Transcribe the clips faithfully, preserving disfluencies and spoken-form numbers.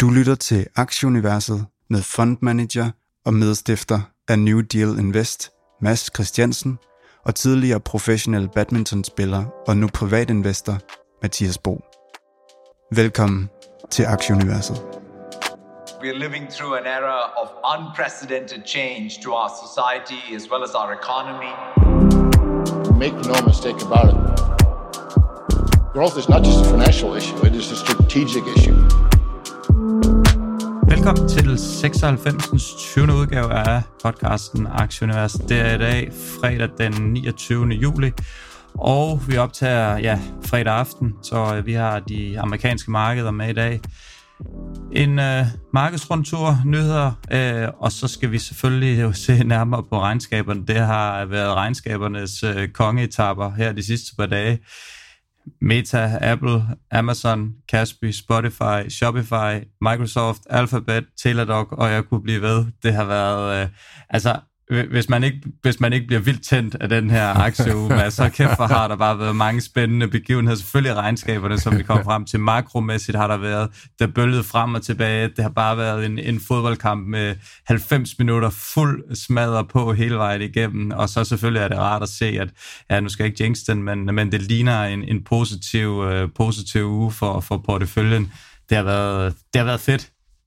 Du lytter til Aktieuniverset med fondmanager og medstifter af New Deal Invest, Mads Christiansen, og tidligere professionel badmintonspiller og nu privatinvestor, Mathias Bo. Velkommen til Aktieuniverset. We are living through an era of unprecedented change to our society as well as our economy. Make no mistake about it. Growth is not just a financial issue, it is a strategic issue. Velkommen til seksoghalvfems. tyvende udgave af podcasten Aktieuniverset. Det er i dag fredag den niogtyvende juli, og vi optager ja, fredag aften, så vi har de amerikanske markeder med i dag. En øh, markedsrundtur, nyheder, øh, og så skal vi selvfølgelig jo se nærmere på regnskaberne. Det har været regnskabernes øh, kongeetapper her de sidste par dage. Meta, Apple, Amazon, Kaspi, Spotify, Shopify, Microsoft, Alphabet, Teladoc, og jeg kunne blive ved. Det har været, øh, altså, hvis man, ikke, hvis man ikke bliver vildt tændt af den her aktieuge, så kæft for har der bare været mange spændende begivenheder. Selvfølgelig regnskaberne, som vi kom frem til. Makromæssigt har der været, der bølgede frem og tilbage. Det har bare været en, en fodboldkamp med halvfems minutter fuld smadret på hele vejen igennem. Og så selvfølgelig er det rart at se, at ja, nu skal jeg ikke jinx den, men, men det ligner en, en positiv, uh, positiv uge for, for porteføljen. Det har været, det har været fedt.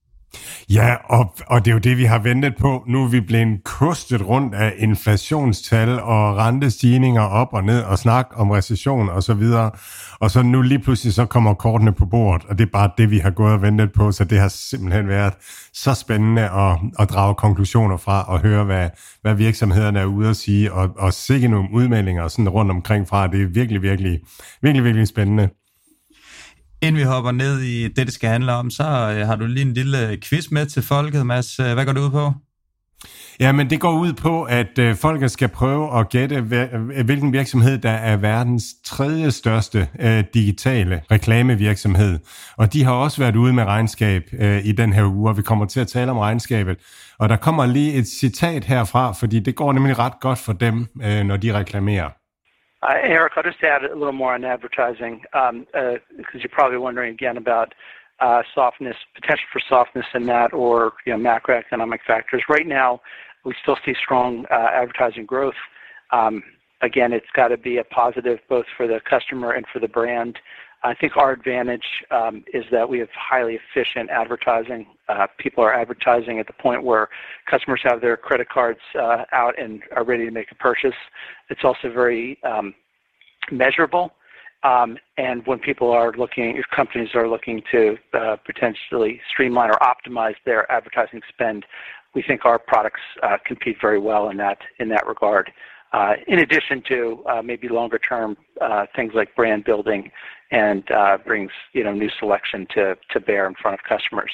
Ja, og, og det er jo det, vi har ventet på. Nu er vi blevet kostet rundt af inflationstal og rentestigninger op og ned og snak om recession og så videre. Og så nu lige pludselig så kommer kortene på bordet, og det er bare det, vi har gået og ventet på. Så det har simpelthen været så spændende at, at drage konklusioner fra og høre, hvad, hvad virksomhederne er ude at sige, og, og sikke nogle udmeldinger sådan rundt omkring fra. Det er virkelig, virkelig, virkelig, virkelig spændende. Inden vi hopper ned i det, det skal handle om, så har du lige en lille quiz med til folket, Mads. Hvad går det ud på? Ja, men det går ud på, at øh, folket skal prøve at gætte, hvilken virksomhed, der er verdens tredje største øh, digitale reklamevirksomhed. Og de har også været ude med regnskab øh, i den her uge, og vi kommer til at tale om regnskabet. Og der kommer lige et citat herfra, fordi det går nemlig ret godt for dem, øh, når de reklamerer. Uh, Eric, I'll just add a little more on advertising, um, uh, because you're probably wondering again about uh, softness, potential for softness in that, or you know, macroeconomic factors. Right now, we still see strong uh, advertising growth. Um, again, it's got to be a positive both for the customer and for the brand. I think our advantage um, is that we have highly efficient advertising. Uh, people are advertising at the point where customers have their credit cards uh, out and are ready to make a purchase. It's also very um, measurable. Um, and when people are looking, if companies are looking to uh, potentially streamline or optimize their advertising spend, we think our products uh, compete very well in that in that regard. Uh, in addition to uh, maybe longer term uh, things like brand building and uh, brings you know new selection to to bear in front of customers.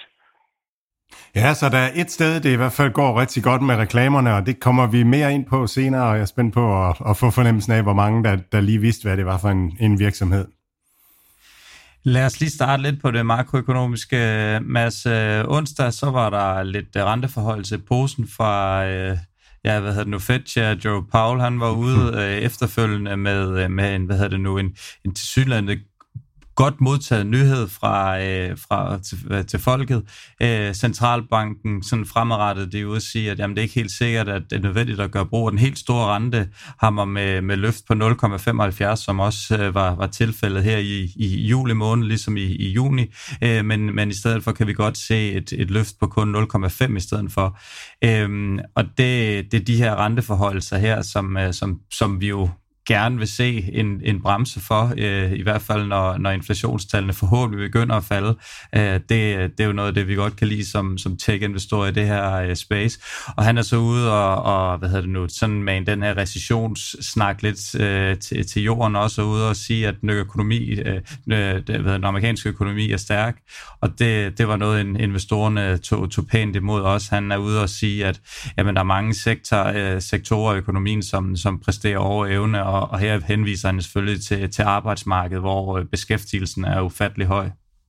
Ja, så der er et sted, det i hvert fald går rigtig godt med reklamerne, og det kommer vi mere ind på senere, og jeg er spændt på at, at få fornemmelsen af, hvor mange der, der lige vidste, hvad det var for en, en virksomhed. Lad os lige starte lidt på det makroøkonomiske, Mads. Onsdag, så var der lidt renteforhold til posen fra... Øh Ja, hvad hedder det nu, Fed-chair Joe Powell, han var ude øh, efterfølgende med, med en, hvad hedder det nu, en, en tilsyneladende godt modtaget nyhed fra, øh, fra til, til folket. Øh, Centralbanken sådan fremadrettet, det er ude at sige, at jamen, det er ikke helt sikkert, at det er nødvendigt at gøre brug af den helt store rentehammer med, med løft på nul komma femoghalvfjerds, som også øh, var, var tilfældet her i, i juli måned, ligesom i, i juni. Øh, men, men i stedet for kan vi godt se et, et løft på kun nul komma fem i stedet for. Øh, og det, det er de her renteforholdelser her, som, som, som vi jo gerne vil se en, en bremse for, øh, i hvert fald når, når inflationstallene forhåbentlig begynder at falde. Øh, det, det er jo noget af det, vi godt kan lide som, som tech-investorer i det her øh, space. Og han er så ude og, og hvad hedder det nu, sådan med den her recessionssnak lidt øh, til, til jorden, også ude og sige, at den økonomi, øh, det, den amerikanske økonomi er stærk, og det, det var noget, investorerne tog, tog pænt imod os. Han er ude og sige, at jamen, der er mange sektor, øh, sektorer i økonomien, som, som præsterer over evne, og, og her henviser han selvfølgelig til, til arbejdsmarkedet, hvor beskæftigelsen er ufattelig høj.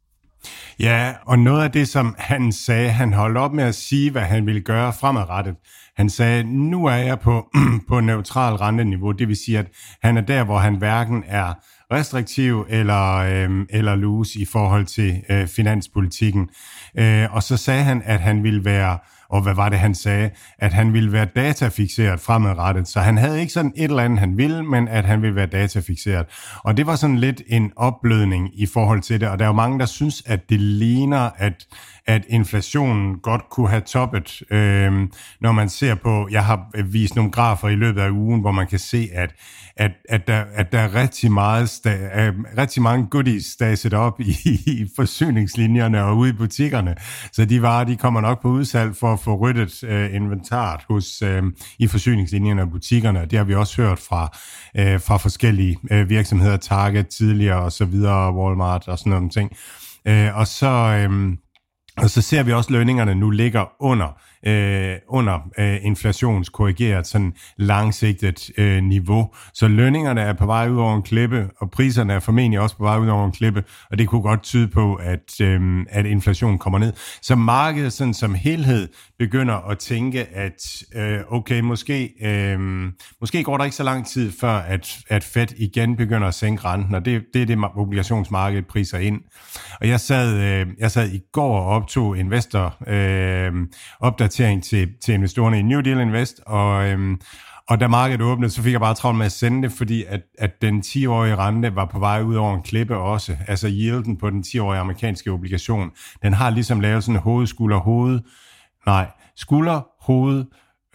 Ja, og noget af det, som han sagde, han holdt op med at sige, hvad han ville gøre fremadrettet. Han sagde, nu er jeg på, på neutral renteniveau, det vil sige, at han er der, hvor han hverken er restriktiv eller, øh, eller loose i forhold til øh, finanspolitikken. Øh, og så sagde han, at han ville være, og hvad var det, han sagde? At han ville være datafixeret fremadrettet. Så han havde ikke sådan et eller andet, han ville, men at han ville være datafixeret. Og det var sådan lidt en opblødning i forhold til det. Og der er jo mange, der synes, at det ligner, at, at inflationen godt kunne have toppet. Øhm, når man ser på, jeg har vist nogle grafer i løbet af ugen, hvor man kan se, at, at, at, der, at der er rigtig, meget sta- uh, rigtig mange goodies staset op i, i forsyningslinjerne og ude i butikkerne. Så de varer, de kommer nok på udsalg for at få ryddet uh, inventaret hos, uh, i forsyningslinjerne og butikkerne. Det har vi også hørt fra, uh, fra forskellige uh, virksomheder, Target tidligere og så videre, Walmart og sådan nogle ting. Uh, og så... Um, Og så ser vi også, at lønningerne nu ligger under, øh, under øh, inflationskorrigeret sådan langsigtet øh, niveau. Så lønningerne er på vej ud over en klippe, og priserne er formentlig også på vej ud over en klippe, og det kunne godt tyde på, at, øh, at inflationen kommer ned. Så markedet sådan som helhed begynder at tænke, at øh, okay, måske, øh, måske går der ikke så lang tid før, at, at Fed igen begynder at sænke renten, og det, det er det, obligationsmarkedet priser ind. Og jeg sad, øh, jeg sad i går og optog investor øh, opdatering til, til investorerne i New Deal Invest, og, øh, og da markedet åbnede, så fik jeg bare travlt med at sende det, fordi at, at den ti-årige rente var på vej ud over en klippe også. Altså yielden på den ti-årige amerikanske obligation, den har ligesom lavet sådan en hoved, skulder, hoved, nej, skulder, hoved,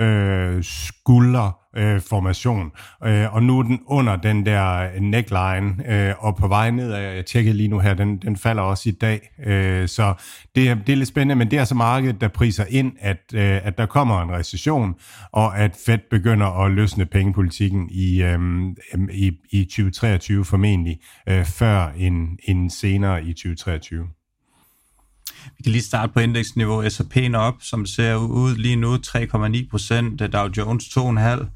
øh, skulder, Øh, formation, øh, og nu er den under den der neckline, øh, og på vej ned, jeg tjekkede lige nu her, den, den falder også i dag, øh, så det er, det er lidt spændende, men det er altså markedet, der priser ind, at, øh, at der kommer en recession, og at Fed begynder at løsne pengepolitikken i, øh, i, i tyve treogtyve formentlig, øh, før end, end senere i tyve treogtyve. Vi kan lige starte på indeksniveau. S og P'en op, som ser ud lige nu, tre komma ni procent, Dow Jones to komma fem,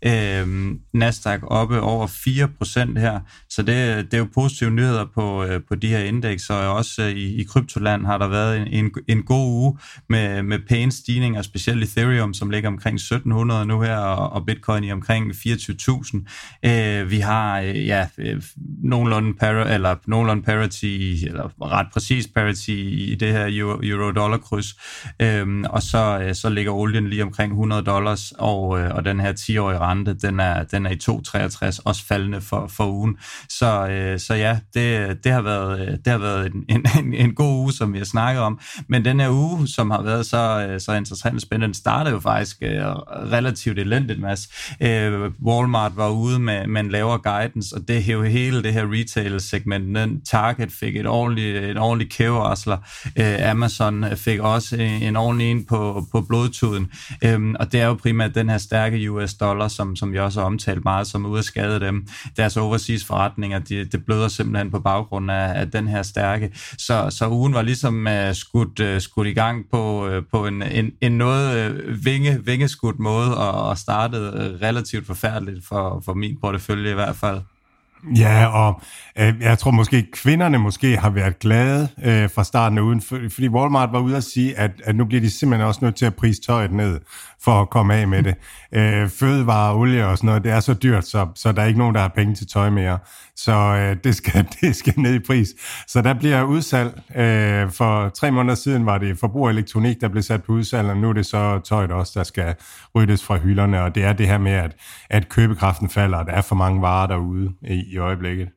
øhm, Nasdaq oppe over fire procent her, så det, det er jo positive nyheder på, på de her indeks, og også i, i kryptoland har der været en, en, en god uge med, med pæne stigninger, specielt Ethereum, som ligger omkring sytten hundrede nu her, og, og Bitcoin i omkring fireogtyve tusind. Øh, vi har ja, nogenlunde, para, eller nogenlunde parity, eller ret præcis parity i det her euro-dollar-kryds, øhm, og så, så ligger olien lige omkring hundrede dollars, og, og den her ti-årige rente, den er, den er i to komma treogtres, også faldende for, for ugen. Så, øh, så ja, det, det har været, det har været en, en, en god uge, som vi har snakket om, men den her uge, som har været så, så interessant og spændende, den startede jo faktisk øh, relativt elendigt, Mads. Øh, Walmart var ude med, med en lavere guidance, og det hævde hele det her retail-segment, den Target fik et ordentligt, en ordentlig kævevarsler. Øh, Amazon fik også en ordentlig en på, på blodtuden. Øhm, og det er jo primært den her stærke U S dollar, som, som vi også har omtalt meget, som er ude at skade dem. Deres overseas forretninger, de, det bløder simpelthen på baggrund af, af den her stærke. Så, så ugen var ligesom uh, skudt, uh, skudt i gang på, uh, på en, en, en noget uh, vinge, vingeskudt måde, og, og startede uh, relativt forfærdeligt for, for min portefølje i hvert fald. Ja, og øh, jeg tror måske, kvinderne måske har været glade øh, fra starten af ugen, for, fordi Walmart var ude at sige, at, at nu bliver de simpelthen også nødt til at prise tøjet ned for at komme af med det. Øh, fødevarer, olie og sådan noget, det er så dyrt, så, så der er ikke nogen, der har penge til tøj mere. Så øh, det, skal, det skal ned i pris. Så der bliver udsalg. Øh, for tre måneder siden var det forbrugerelektronik, der blev sat på udsalg, og nu er det så tøjet også, der skal ryddes fra hylderne. Og det er det her med, at, at købekraften falder, og der er for mange varer derude i, i øjeblikket.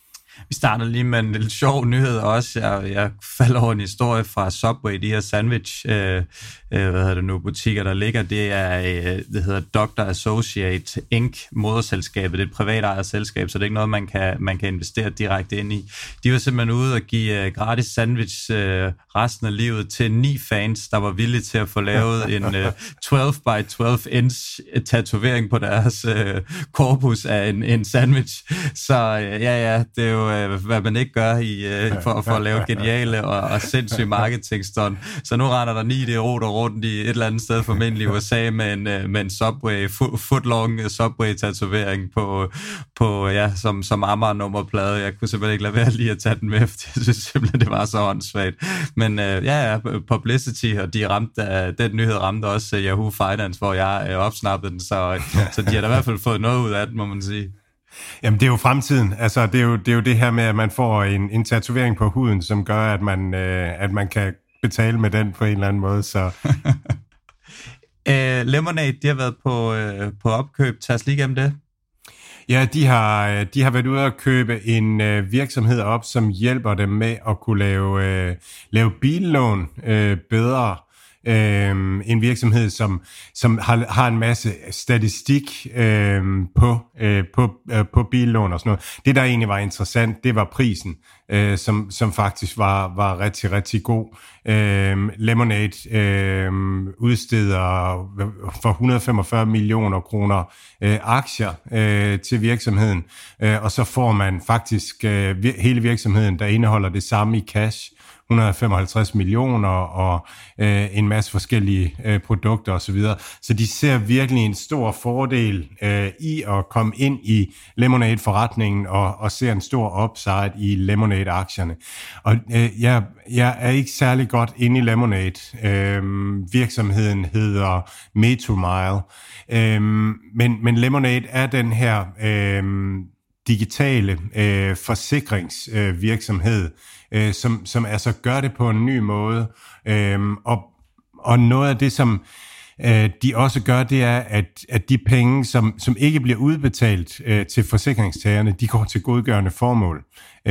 Vi starter lige med en lidt sjov nyhed også. Jeg, jeg falder over en historie fra Subway, de her sandwich, øh, øh, hvad hedder det nu, butikker, der ligger. Det er, øh, det hedder Doctor Associate Incorporated, moderselskabet. Det er et privat ejet selskab, så det er ikke noget, man kan, man kan investere direkte ind i. De var simpelthen ude og give øh, gratis sandwich øh, resten af livet til ni fans, der var villige til at få lavet en øh, tolv by tolv inch tatovering på deres øh, korpus af en, en sandwich. Så øh, ja, ja, det er jo hvad man ikke gør i, for, for at lave geniale og, og sindssyge marketingstunt. Så nu render der ni idioter rundt i et eller andet sted, formentlig i U S A, med en, med en Subway, footlong Subway-tatovering på, på ja, som, som Amager-nummerplade. Jeg kunne simpelthen ikke lade være lige at tage den med, for jeg synes simpelthen, det var så åndssvagt. Men ja, ja, publicity, og de ramte, den nyhed ramte også Yahoo Finance, hvor jeg opsnappede den, så, så de har da i hvert fald fået noget ud af den, må man sige. Jamen, det er jo fremtiden. Altså, det er jo det, er jo det her med, at man får en, en tatovering på huden, som gør, at man, øh, at man kan betale med den på en eller anden måde, så... uh, Lemonade, de har været på, uh, på opkøb. Tag os lige igennem det. Ja, de har, de har været ude at købe en øh, virksomhed op, som hjælper dem med at kunne lave, øh, lave billån øh, bedre. Øh, en virksomhed, som, som har, har en masse statistik øh, på, øh, på, øh, på billån og sådan noget. Det, der egentlig var interessant, det var prisen, øh, som, som faktisk var, var rigtig, rigtig god. Øh, Lemonade øh, udsteder for et hundrede og femogfyrre millioner kroner øh, aktier øh, til virksomheden, øh, og så får man faktisk øh, hele virksomheden, der indeholder det samme i cash, et hundrede og femoghalvtreds millioner og øh, en masse forskellige øh, produkter osv. Så, så de ser virkelig en stor fordel øh, i at komme ind i Lemonade-forretningen og, og ser en stor upside i Lemonade-aktierne. Og øh, jeg, jeg er ikke særlig godt inde i Lemonade. Øh, virksomheden hedder Metromile. Øh, men, men Lemonade er den her øh, digitale øh, forsikringsvirksomhed, øh, Øh, som, som altså gør det på en ny måde. Øhm, og, og noget af det, som øh, de også gør, det er, at, at de penge, som, som ikke bliver udbetalt øh, til forsikringstagerne, de går til godgørende formål.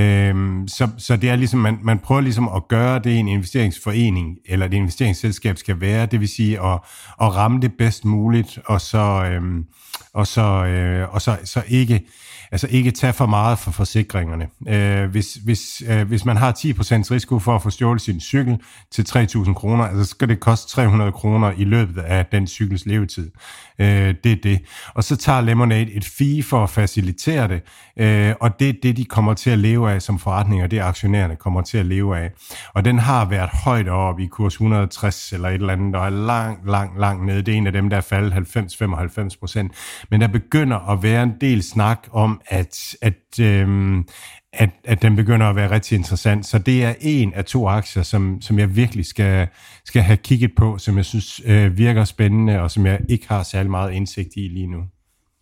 Øhm, så, så det er ligesom, man, man prøver ligesom at gøre det, en investeringsforening eller et investeringsselskab skal være, det vil sige at, at ramme det bedst muligt, og så, øhm, og så, øh, og så, så ikke Altså ikke tage for meget for forsikringerne. Øh, hvis, hvis, øh, hvis man har ti procent risiko for at få stjålet sin cykel til tre tusind kroner, altså skal det koste tre hundrede kroner i løbet af den cykels levetid. Øh, det er det. Og så tager Lemonade et fee for at facilitere det, øh, og det er det, de kommer til at leve af som forretninger, det aktionærerne kommer til at leve af. Og den har været højt oppe i kurs et hundrede og tres eller et eller andet, der er langt, langt, langt nede. Det er en af dem, der er faldet halvfems til femoghalvfems procent. Men der begynder at være en del snak om, at, at, øhm, at, at den begynder at være rigtig interessant. Så det er en af to aktier, som, som jeg virkelig skal, skal have kigget på, som jeg synes øh, virker spændende, og som jeg ikke har særlig meget indsigt i lige nu.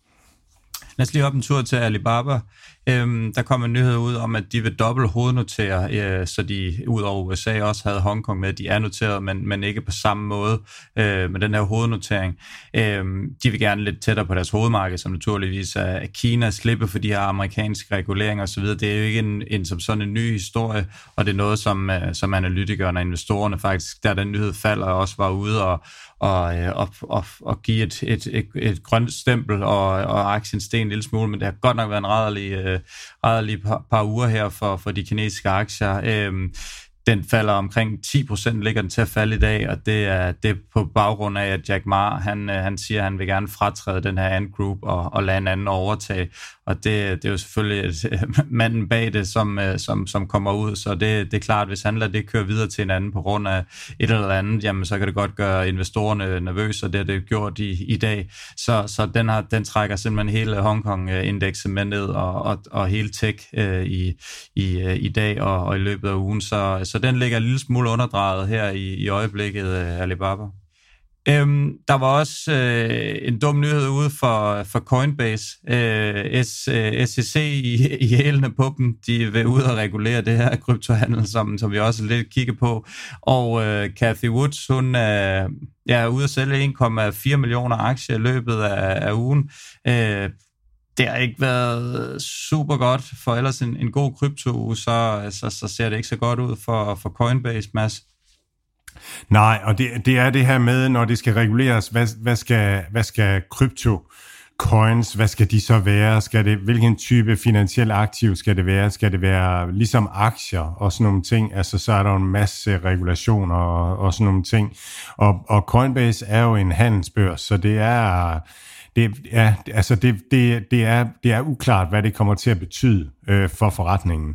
Lad os lige op en tur til Alibaba. Øhm, der kom en nyhed ud om, at de vil dobbelt hovednotere, øh, så de ud over U S A også havde Hongkong med. De er noteret, men, men ikke på samme måde øh, med den her hovednotering. Øhm, de vil gerne lidt tættere på deres hovedmarked, som naturligvis er Kina, slippe for de her amerikanske reguleringer osv. Det er jo ikke en, en som sådan en ny historie, og det er noget, som, øh, som analytikerne og investorerne faktisk, der den nyhed falder, også var ude og og, og, og, og give et, et, et, et grønt stempel og, og aktien steg en lille smule, men det har godt nok været en rædderlig, øh, rædderlig par, par uger her for, for de kinesiske aktier. Øhm, den falder omkring ti procent, ligger den til at falde i dag, og det er, det er på baggrund af, at Jack Ma, han, han siger, at han vil gerne fratræde den her Ant Group og, og lade en anden overtage, og det, det er jo selvfølgelig et, manden bag det, som, som, som kommer ud, så det, det er klart, at hvis han lader det køre videre til en anden på grund af et eller andet, jamen så kan det godt gøre investorerne nervøse, og det har det gjort i, i dag, så, så den, har, den trækker simpelthen hele Hongkong-indekset med ned, og, og, og hele tech øh, i, i, i dag og, og i løbet af ugen, så, så den ligger en lille smule underdrejet her i, i øjeblikket, Alibaba. Øhm, der var også øh, en dum nyhed ude for, for Coinbase. Øh, S, øh, S E C i, i hælene på dem, de vil ud og regulere det her kryptohandel, som, som vi også lidt kigger på. Og øh, Cathie Woods, hun øh, er ude at sælge en komma fire millioner aktier i løbet af, af ugen. Øh, Det har ikke været super godt for ellers en, en god krypto, så, så, så ser det ikke så godt ud for, for Coinbase, Mads. Nej, og det, det er det her med, når det skal reguleres, hvad, hvad skal, hvad skal krypto coins, hvad skal de så være? Skal det, hvilken type finansiel aktiv skal det være? Skal det være ligesom aktier og sådan nogle ting? Altså, så er der en masse regulationer og, og sådan nogle ting. Og, og Coinbase er jo en handelsbørs, så det er... Det er, altså det, det, det, er, det er uklart, hvad det kommer til at betyde øh, for forretningen.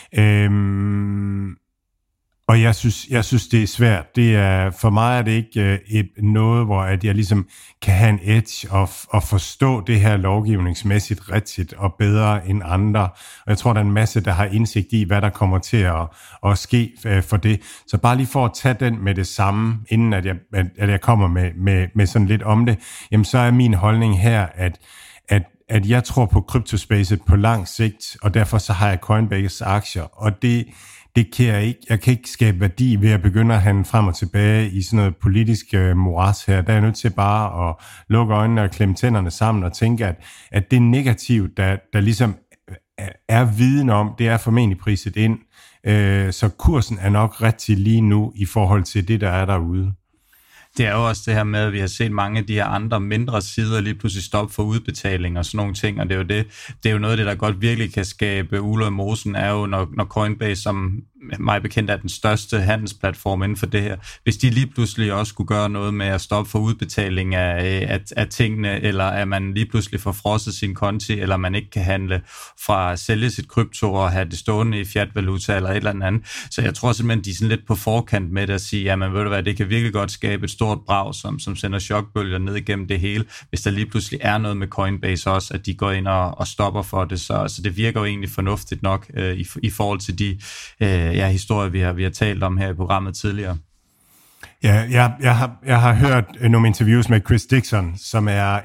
Øhm, og jeg synes, jeg synes, det er svært. Det er, for mig er det ikke øh, et, noget, hvor at jeg ligesom kan have en edge og, og forstå det her lovgivningsmæssigt rigtigt og bedre end andre. Og jeg tror, der er en masse, der har indsigt i, hvad der kommer til at, at ske øh, for det. Så bare lige for at tage den med det samme, inden at jeg, at, at jeg kommer med, med, med sådan lidt om det, jamen så er min holdning her, at, at at jeg tror på kryptospacet på lang sigt, og derfor så har jeg Coinbase aktier, og det, det kan jeg ikke, jeg kan ikke skabe værdi ved at begynde at handle frem og tilbage i sådan noget politisk uh, moras her. Der er jeg nødt til bare at lukke øjnene og klemme tænderne sammen og tænke, at, at det negativ, der, der ligesom er viden om, det er formentlig priset ind, uh, så kursen er nok rigtig lige nu i forhold til det, der er derude. Det er jo også det her med, at vi har set mange af de her andre mindre sider lige pludselig stoppe for udbetaling og sådan nogle ting, og det er jo det, det er jo noget af det, der godt virkelig kan skabe uler i mosen, er jo, når, når Coinbase, som mig bekendt er den største handelsplatform inden for det her, hvis de lige pludselig også skulle gøre noget med at stoppe for udbetaling af, af, af tingene, eller at man lige pludselig får frosset sin konti, eller man ikke kan handle fra at sælge sit krypto og have det stående i fiat-valuta eller et eller andet. Så jeg tror simpelthen, de er sådan lidt på forkant med det at sige, jamen ved du hvad, det kan virkelig godt skabe et stort brag, som, som sender chokbølger ned igennem det hele, hvis der lige pludselig er noget med Coinbase også, at de går ind og, og stopper for det. Så, så det virker jo egentlig fornuftigt nok øh, i, i forhold til de øh, ja, historier, vi har, vi har talt om her i programmet tidligere. Ja, jeg, jeg, har, jeg har hørt nogle interviews med Chris Dixon, som er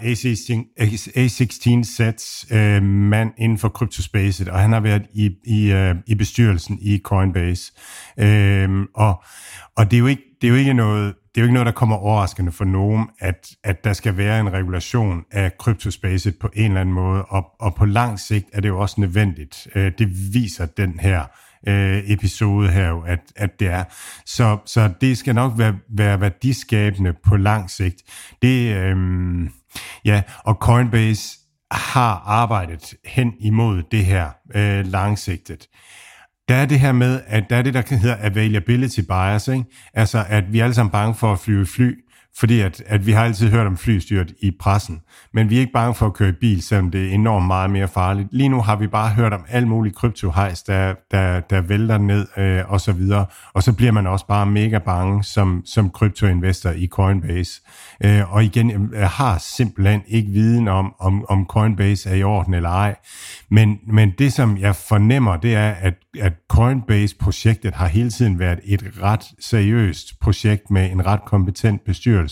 A seksten Z's øh, mand inden for kryptospacet, og han har været i, i, øh, i bestyrelsen i Coinbase. Øh, og og det, er jo ikke, det er jo ikke noget... Det er jo ikke noget, der kommer overraskende for nogen, at, at der skal være en regulation af kryptospacet på en eller anden måde, og, og på lang sigt er det jo også nødvendigt. Det viser den her øh, episode her jo, at, at det er. Så, så det skal nok være, være værdiskabende på lang sigt. Det, øh, ja, og Coinbase har arbejdet hen imod det her øh, langsigtet. Der er det her med, at der er det, der hedder availability bias, ikke? Altså, at vi er alle sammen bange for at flyve fly, fordi at, at vi har altid hørt om flystyrt i pressen, men vi er ikke bange for at køre i bil, selvom det er enormt meget mere farligt. Lige nu har vi bare hørt om alle mulige kryptohejs, der, der, der vælter ned øh, og så videre, og så bliver man også bare mega bange som, som kryptoinvestor i Coinbase. Øh, og igen, jeg har simpelthen ikke viden om, om, om Coinbase er i orden eller ej, men, men det, som jeg fornemmer, det er, at, at Coinbase-projektet har hele tiden været et ret seriøst projekt med en ret kompetent bestyrelse.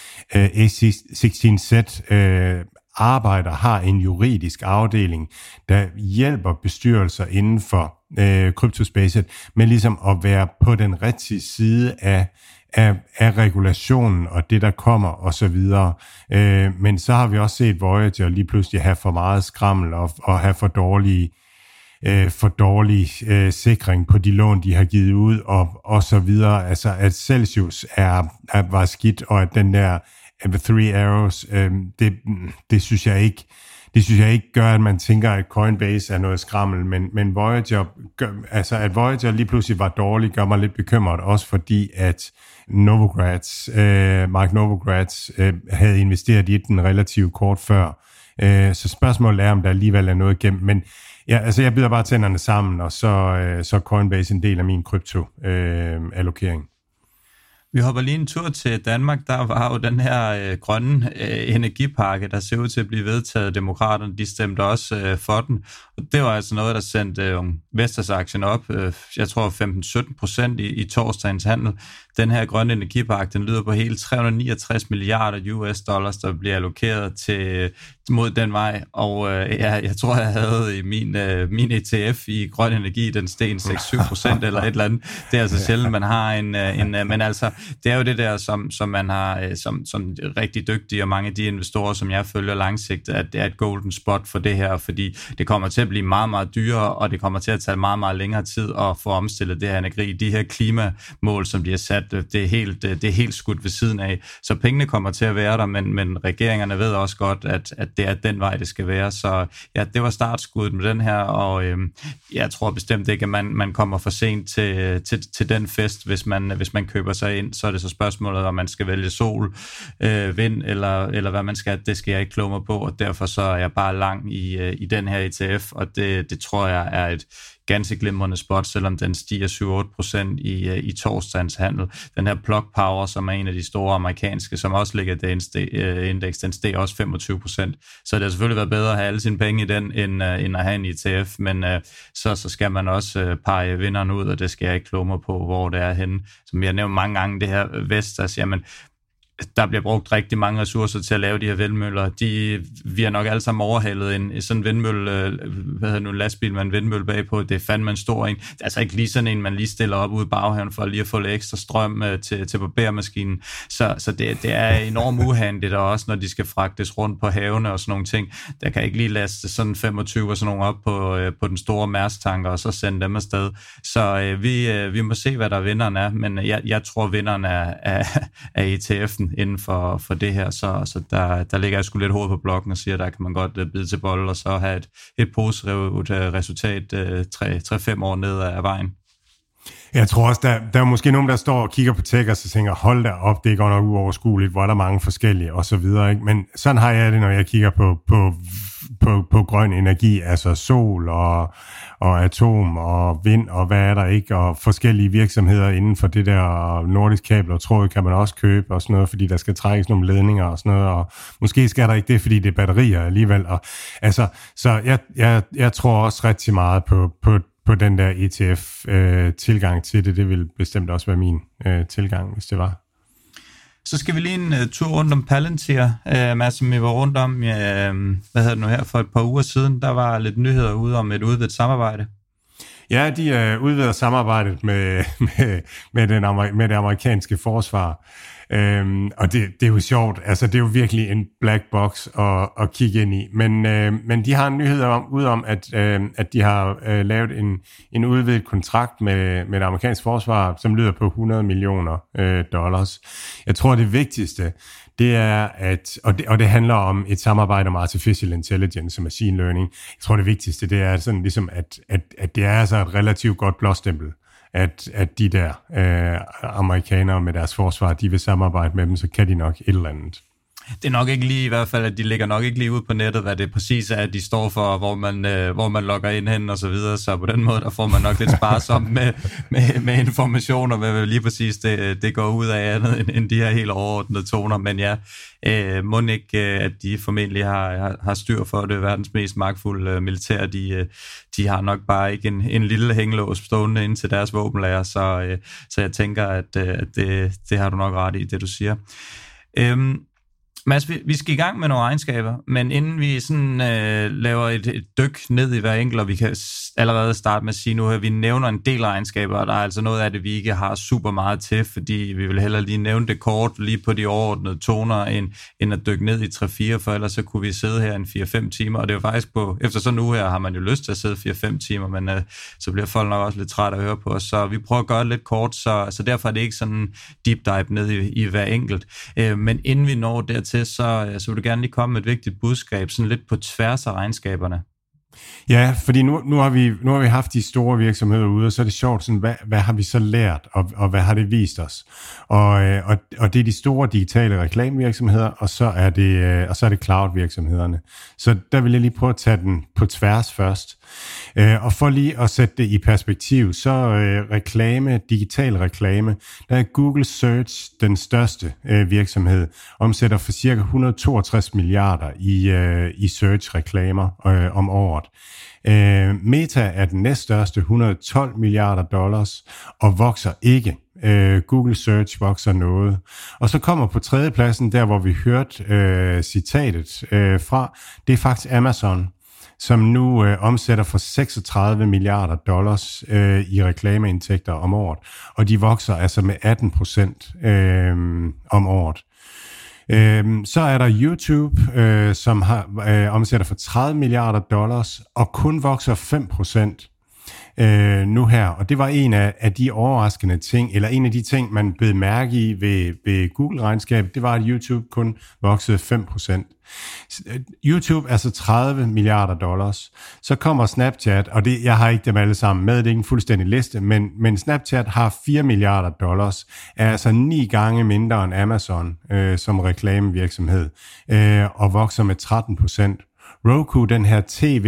A seksten Z øh, arbejder, har en juridisk afdeling, der hjælper bestyrelser inden for øh, kryptospacet med ligesom at være på den rigtige side af, af, af regulationen og det, der kommer og så videre. Øh, men så har vi også set Voyager lige pludselig have for meget skrammel og, og have for dårlige Øh, for dårlig øh, sikring på de lån, de har givet ud, og, og så videre. Altså, at Celsius er, er, var skidt, og at den der uh, Three Arrows, øh, det, det, synes jeg ikke, det synes jeg ikke gør, at man tænker, at Coinbase er noget skrammel, men, men Voyager, gør, altså at Voyager lige pludselig var dårlig, gør mig lidt bekymret, også fordi, at Novogratz, øh, Mark Novogratz, øh, havde investeret i den relativt kort før. Øh, så spørgsmålet er, om der alligevel er noget gemt, men ja, altså jeg bider bare tænderne sammen, og så, øh, så er Coinbase en del af min krypto-allokering. Øh, Vi hopper lige en tur til Danmark. Der var jo den her øh, grønne øh, energipakke, der ser ud til at blive vedtaget. Demokraterne, de stemte også øh, for den. Og det var altså noget, der sendte øh, Vestas-aktien op. Øh, jeg tror femten til sytten procent i, i torsdagens handel. Den her grønne energipakke, den lyder på hele tre hundrede niogtres milliarder U S dollars, der bliver allokeret til, mod den vej. Og øh, ja, jeg tror, jeg havde i min, øh, min E T F i grøn energi, den steg seks til syv procent eller et eller andet. Det er altså sjældent, man har en... en øh, men altså, det er jo det der, som, som man har som, som rigtig dygtige, og mange af de investorer, som jeg følger langsigtet, at det er et golden spot for det her, fordi det kommer til at blive meget, meget dyrere, og det kommer til at tage meget, meget længere tid at få omstillet det her energi. De her klimamål, som de har sat, det er helt, det er helt skudt ved siden af. Så pengene kommer til at være der, men, men regeringerne ved også godt, at, at det er den vej, det skal være. Så ja, det var startskuddet med den her, og øhm, jeg tror bestemt ikke, at man, man kommer for sent til, til, til den fest, hvis man, hvis man køber sig ind. Så er det så spørgsmålet, om man skal vælge sol, øh, vind, eller, eller hvad man skal. Det skal jeg ikke kloge mig på, og derfor så er jeg bare lang i, i den her E T F, og det, det tror jeg er et ganske glimrende spot, selvom den stiger syv til otte procent i, i torsdagens handel. Den her Plug Power, som er en af de store amerikanske, som også ligger i det indeks, den steg også femogtyve procent. Så det har selvfølgelig været bedre at have alle sine penge i den, end, end at have en E T F, men så, så skal man også pege vinderen ud, og det skal jeg ikke kloge mig på, hvor det er henne. Som jeg nævnte mange gange, det her Vestas, jamen der bliver brugt rigtig mange ressourcer til at lave de her vindmøller. De, vi har nok alle sammen overhalet en sådan en vindmølle, hvad hedder nu, en lastbil med en vindmølle bagpå. Det er fandme en stor en. Det er altså ikke lige sådan en, man lige stiller op ude i baghaven for lige at få lidt ekstra strøm til, til barbermaskinen. Så, så det, det er enormt uhandigt, og også når de skal fragtes rundt på havene og sådan nogle ting. Der kan ikke lige laste sådan femogtyve og sådan nogle op på, på den store Mærsk-tanker og så sende dem afsted. Så øh, vi, øh, vi må se, hvad der vinderen er, men jeg, jeg tror, vinderen er, er, er E T F'en inden for, for det her, så, så der, der ligger jeg sgu lidt hoved på blokken og siger, der kan man godt uh, bide til bold og så have et, et positivt uh, resultat uh, tre fem år ned ad vejen. Jeg tror også, der, der er måske nogen, der står og kigger på tech og så tænker, hold da op, det er godt nok uoverskueligt, hvor er der mange forskellige og så videre, ikke? Men sådan har jeg det, når jeg kigger på, på, på, på grøn energi, altså sol og, og atom og vind og hvad er der ikke, og forskellige virksomheder inden for det der nordisk kabel og tråd kan man også købe og sådan noget, fordi der skal trækkes nogle ledninger og sådan noget, og måske skal der ikke det, fordi det er batterier alligevel. Og, altså, så jeg, jeg, jeg tror også rigtig meget på, på på den der E T F-tilgang øh, til det. Det vil bestemt også være min øh, tilgang, hvis det var. Så skal vi lige en uh, tur rundt om Palantir, uh, Mads, som vi var rundt om, uh, hvad hedder det nu her, for et par uger siden. Der var lidt nyheder ude om et udvidet samarbejde. Ja, de øh, udvider samarbejdet med, med, med, den amer- med det amerikanske forsvar. Øhm, og det, det er jo sjovt, altså det er jo virkelig en black box at, at kigge ind i, men, øh, men de har en nyhed om, ud om, at, øh, at de har øh, lavet en, en udvidet kontrakt med, med det amerikanske forsvar, som lyder på hundrede millioner øh, dollars. Jeg tror det vigtigste, det er, at, og det, og det handler om et samarbejde om artificial intelligence og machine learning. Jeg tror det vigtigste, det er sådan ligesom, at, at, at det er altså et relativt godt blåstempel. At, at de der øh, amerikanere med deres forsvar, de vil samarbejde med dem, så kan de nok et eller andet. Det er nok ikke lige i hvert fald, at de ligger nok ikke lige ude på nettet, hvad det præcis er, de står for, hvor man, øh, hvor man logger ind hen og så videre. Så på den måde, der får man nok lidt sparsomt med, med, med informationer, hvad lige præcis det, det går ud af andet end, end de her helt overordnede toner. Men ja, øh, må ikke, at de formentlig har, har, har styr for det. Verdens mest magtfulde militær, de, de har nok bare ikke en, en lille hængelås stående ind til deres våbenlager. Så, øh, så jeg tænker, at, at det, det har du nok ret i, det du siger. Øhm, Mads, vi, vi skal i gang med nogle egenskaber, men inden vi sådan øh, laver et, et dyk ned i hver enkelt, og vi kan allerede starte med at sige nu her, vi nævner en del egenskaber, og der er altså noget af det, vi ikke har super meget til, fordi vi vil hellere lige nævne det kort lige på de overordnede toner, end, end at dykke ned i tre fire, for ellers så kunne vi sidde her en fire fem timer, og det er jo faktisk på, efter sådan nu her har man jo lyst til at sidde fire fem timer, men øh, så bliver folk nok også lidt træt at høre på os, så vi prøver at gøre det lidt kort, så, så derfor er det ikke sådan deep dive ned i, i hver enkelt, øh, men inden vi når dertil, til, så, så vil du gerne lige komme med et vigtigt budskab, sådan lidt på tværs af regnskaberne. Ja, fordi nu, nu, har vi, nu har vi haft de store virksomheder ude, og så er det sjovt, sådan, hvad, hvad har vi så lært, og, og hvad har det vist os? Og, og, og det er de store digitale reklamevirksomheder, og så er det, og så er det cloud-virksomhederne. Så der vil jeg lige prøve at tage den på tværs først. Og for lige at sætte det i perspektiv, så reklame, digital reklame, der er Google Search den største virksomhed, omsætter for cirka et hundrede og toogtres milliarder i, i search-reklamer om året. Øh, Meta er den næststørste, et hundrede og tolv milliarder dollars, og vokser ikke. Øh, Google Search vokser noget. Og så kommer på tredjepladsen, der hvor vi hørte øh, citatet øh, fra, det er faktisk Amazon, som nu øh, omsætter for seksogtredive milliarder dollars øh, i reklameindtægter om året. Og de vokser altså med atten procent øh, om året. Øhm, så er der YouTube, øh, som har øh, omsætter for tredive milliarder dollars og kun vokser fem procent øh, nu her. Og det var en af, af de overraskende ting, eller en af de ting, man bed mærke i ved, ved Google-regnskabet, det var, at YouTube kun voksede fem procent. YouTube er så tredive milliarder dollars. Så kommer Snapchat, og det, jeg har ikke dem alle sammen med, det er ikke en fuldstændig liste, men, men Snapchat har fire milliarder dollars, er altså ni gange mindre end Amazon øh, som reklamevirksomhed, øh, og vokser med tretten procent. Roku, den her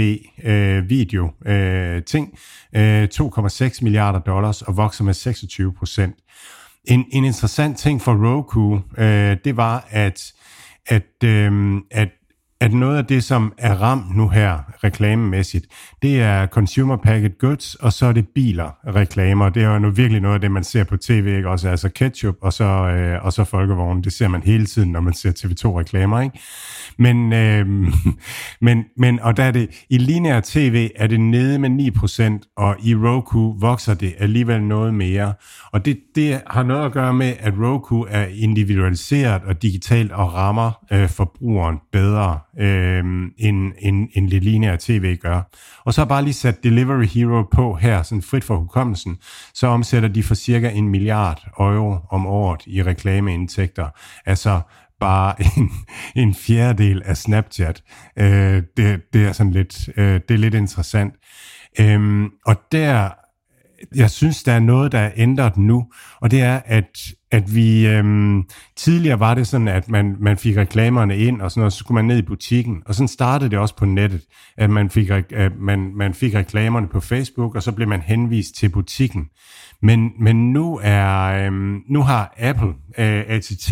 tv-video øh, øh, ting, øh, to komma seks milliarder dollars og vokser med seksogtyve procent. En, en interessant ting for Roku, øh, det var, at at, øh, at at noget af det, som er ramt nu her reklamemæssigt, det er consumer packaged goods, og så er det biler reklamer. Det er jo nu virkelig noget af det, man ser på tv, ikke? Også altså ketchup og så, øh, og så folkevognen. Det ser man hele tiden, når man ser T V to reklamer, ikke? Men, øh, men, men og der er det, i lineær tv er det nede med ni procent, og i Roku vokser det alligevel noget mere. Og det, det har noget at gøre med, at Roku er individualiseret og digitalt og rammer øh, forbrugeren bedre, øh, end, end, end det lineære tv gør. Og så har bare lige sat Delivery Hero på her, sådan frit for hukommelsen, så omsætter de for cirka en milliard euro om året i reklameindtægter. Altså bare en, en fjerdedel af Snapchat. Øh, det, det er sådan lidt, øh, det er lidt interessant. Øh, og der, jeg synes, der er noget, der er ændret nu, og det er, at, at vi øhm, tidligere var det sådan, at man, man fik reklamerne ind, og sådan noget, så skulle man ned i butikken, og sådan startede det også på nettet, at man fik, at man, man fik reklamerne på Facebook, og så blev man henvist til butikken. Men, men nu, er, øhm, nu har Apple, øh, A T T,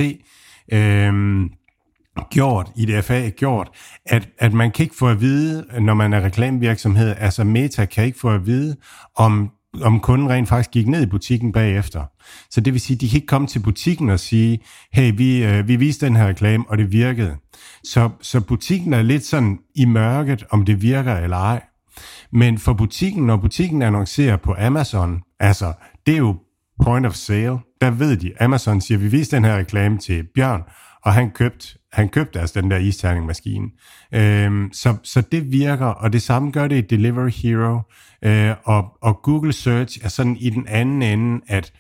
øhm, gjort, I D F A gjort, at, at man kan ikke få at vide, når man er reklamevirksomhed, altså Meta kan ikke få at vide, om om kunden rent faktisk gik ned i butikken bagefter. Så det vil sige, de kan ikke komme til butikken og sige, hey, vi, øh, vi viste den her reklame, og det virkede. Så, så butikken er lidt sådan i mørket, om det virker eller ej. Men for butikken, når butikken annoncerer på Amazon, altså, det er jo point of sale, der ved de, Amazon siger, vi viste den her reklame til Bjørn, og han købte, han købte altså den der isterningmaskine. Øhm, så, så det virker, og det samme gør det i Delivery Hero, øh, og, og Google Search er sådan i den anden ende, at,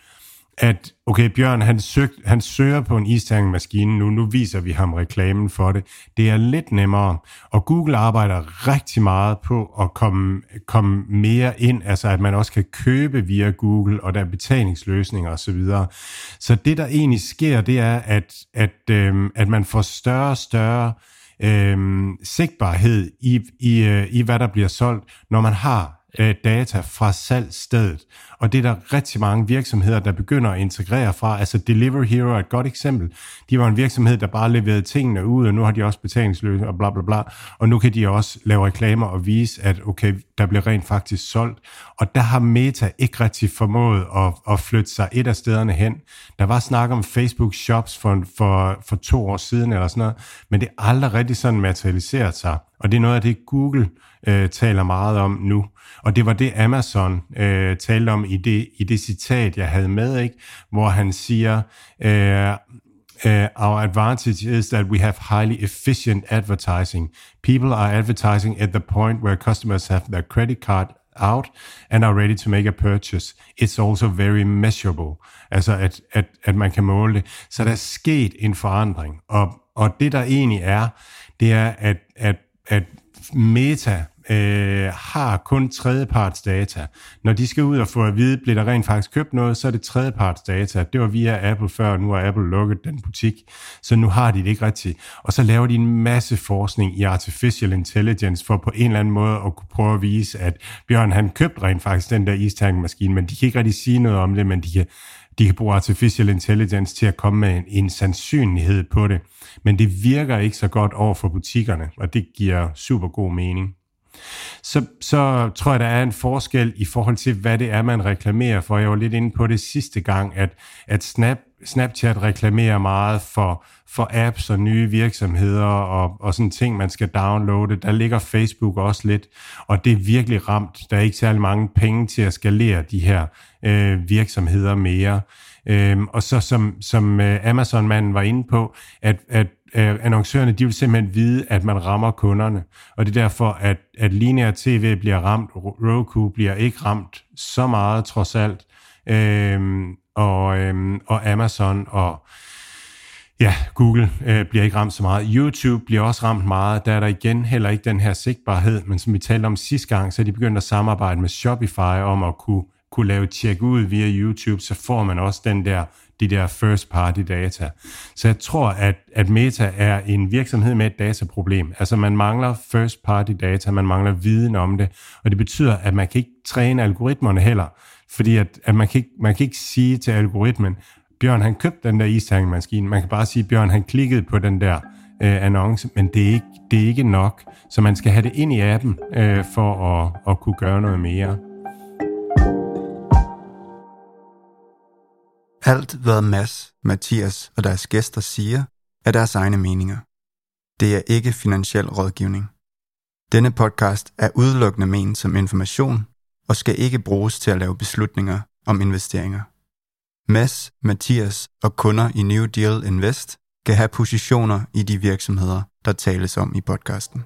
at okay, Bjørn, han, søg, han søger på en isterningmaskine nu, nu viser vi ham reklamen for det. Det er lidt nemmere, og Google arbejder rigtig meget på at komme, komme mere ind, altså at man også kan købe via Google, og der er betalingsløsninger osv. Så det, der egentlig sker, det er, at, at, øh, at man får større og større øh, sigtbarhed i, i, øh, i, hvad der bliver solgt, når man har data fra salgsstedet. Og det er der rigtig mange virksomheder, der begynder at integrere fra. Altså Delivery Hero er et godt eksempel. De var en virksomhed, der bare leverede tingene ud, og nu har de også betalingsløsninger og bla bla bla. Og nu kan de også lave reklamer og vise, at okay, der bliver rent faktisk solgt. Og der har Meta ikke rigtig formået at, at flytte sig et af stederne hen. Der var snak om Facebook Shops for, for, for to år siden eller sådan noget, men det er aldrig rigtig sådan materialiseret sig. Og det er noget af det, Google øh, taler meget om nu. Og det var det, Amazon øh, talte om i det, i det citat, jeg havde med, ikke? Hvor han siger, øh, uh, our advantage is that we have highly efficient advertising. People are advertising at the point where customers have their credit card out and are ready to make a purchase. It's also very measurable. Altså, at, at, at man kan måle det. Så der er sket en forandring. Og, og det, der egentlig er, det er, at, at, at Meta øh, har kun tredjepartsdata. Når de skal ud og få at vide, bliver der rent faktisk købt noget, så er det tredjepartsdata. Det var via Apple før, nu har Apple lukket den butik, så nu har de det ikke rigtigt. Og så laver de en masse forskning i artificial intelligence for på en eller anden måde at kunne prøve at vise, at Bjørn han købte rent faktisk den der isterningmaskine, men de kan ikke rigtig sige noget om det, men de kan De kan bruge artificial intelligence til at komme med en, en sandsynlighed på det. Men det virker ikke så godt over for butikkerne, og det giver super god mening. Så, så tror jeg, der er en forskel i forhold til, hvad det er, man reklamerer for. Jeg var lidt inde på det sidste gang, at, at Snap, Snapchat reklamerer meget for, for apps og nye virksomheder og, og sådan ting, man skal downloade. Der ligger Facebook også lidt, og det er virkelig ramt. Der er ikke særlig mange penge til at skalere de her øh, virksomheder mere. Øhm, og så som, som øh, Amazon-manden var inde på, at, at øh, annoncørerne, de vil simpelthen vide, at man rammer kunderne. Og det er derfor, at, at lineær tv bliver ramt, Roku bliver ikke ramt så meget trods alt, øhm, og, øhm, og Amazon og ja, Google øh, bliver ikke ramt så meget. YouTube bliver også ramt meget. Der er der igen heller ikke den her sigtbarhed, men som vi talte om sidste gang, så er de begyndt at samarbejde med Shopify om at kunne kunne lave tjek ud via YouTube, så får man også den der, de der first party data. Så jeg tror, at, at Meta er en virksomhed med et dataproblem. Altså man mangler first party data, man mangler viden om det, og det betyder, at man kan ikke træne algoritmerne heller, fordi at, at man, kan ikke, man kan ikke sige til algoritmen, Bjørn han købte den der isterningmaskine, man kan bare sige, Bjørn han klikkede på den der øh, annonce, men det er, ikke, det er ikke nok. Så man skal have det ind i appen øh, for at, at kunne gøre noget mere. Alt, hvad Mads, Mathias og deres gæster siger, er deres egne meninger. Det er ikke finansiel rådgivning. Denne podcast er udelukkende ment som information og skal ikke bruges til at lave beslutninger om investeringer. Mads, Mathias og kunder i New Deal Invest kan have positioner i de virksomheder, der tales om i podcasten.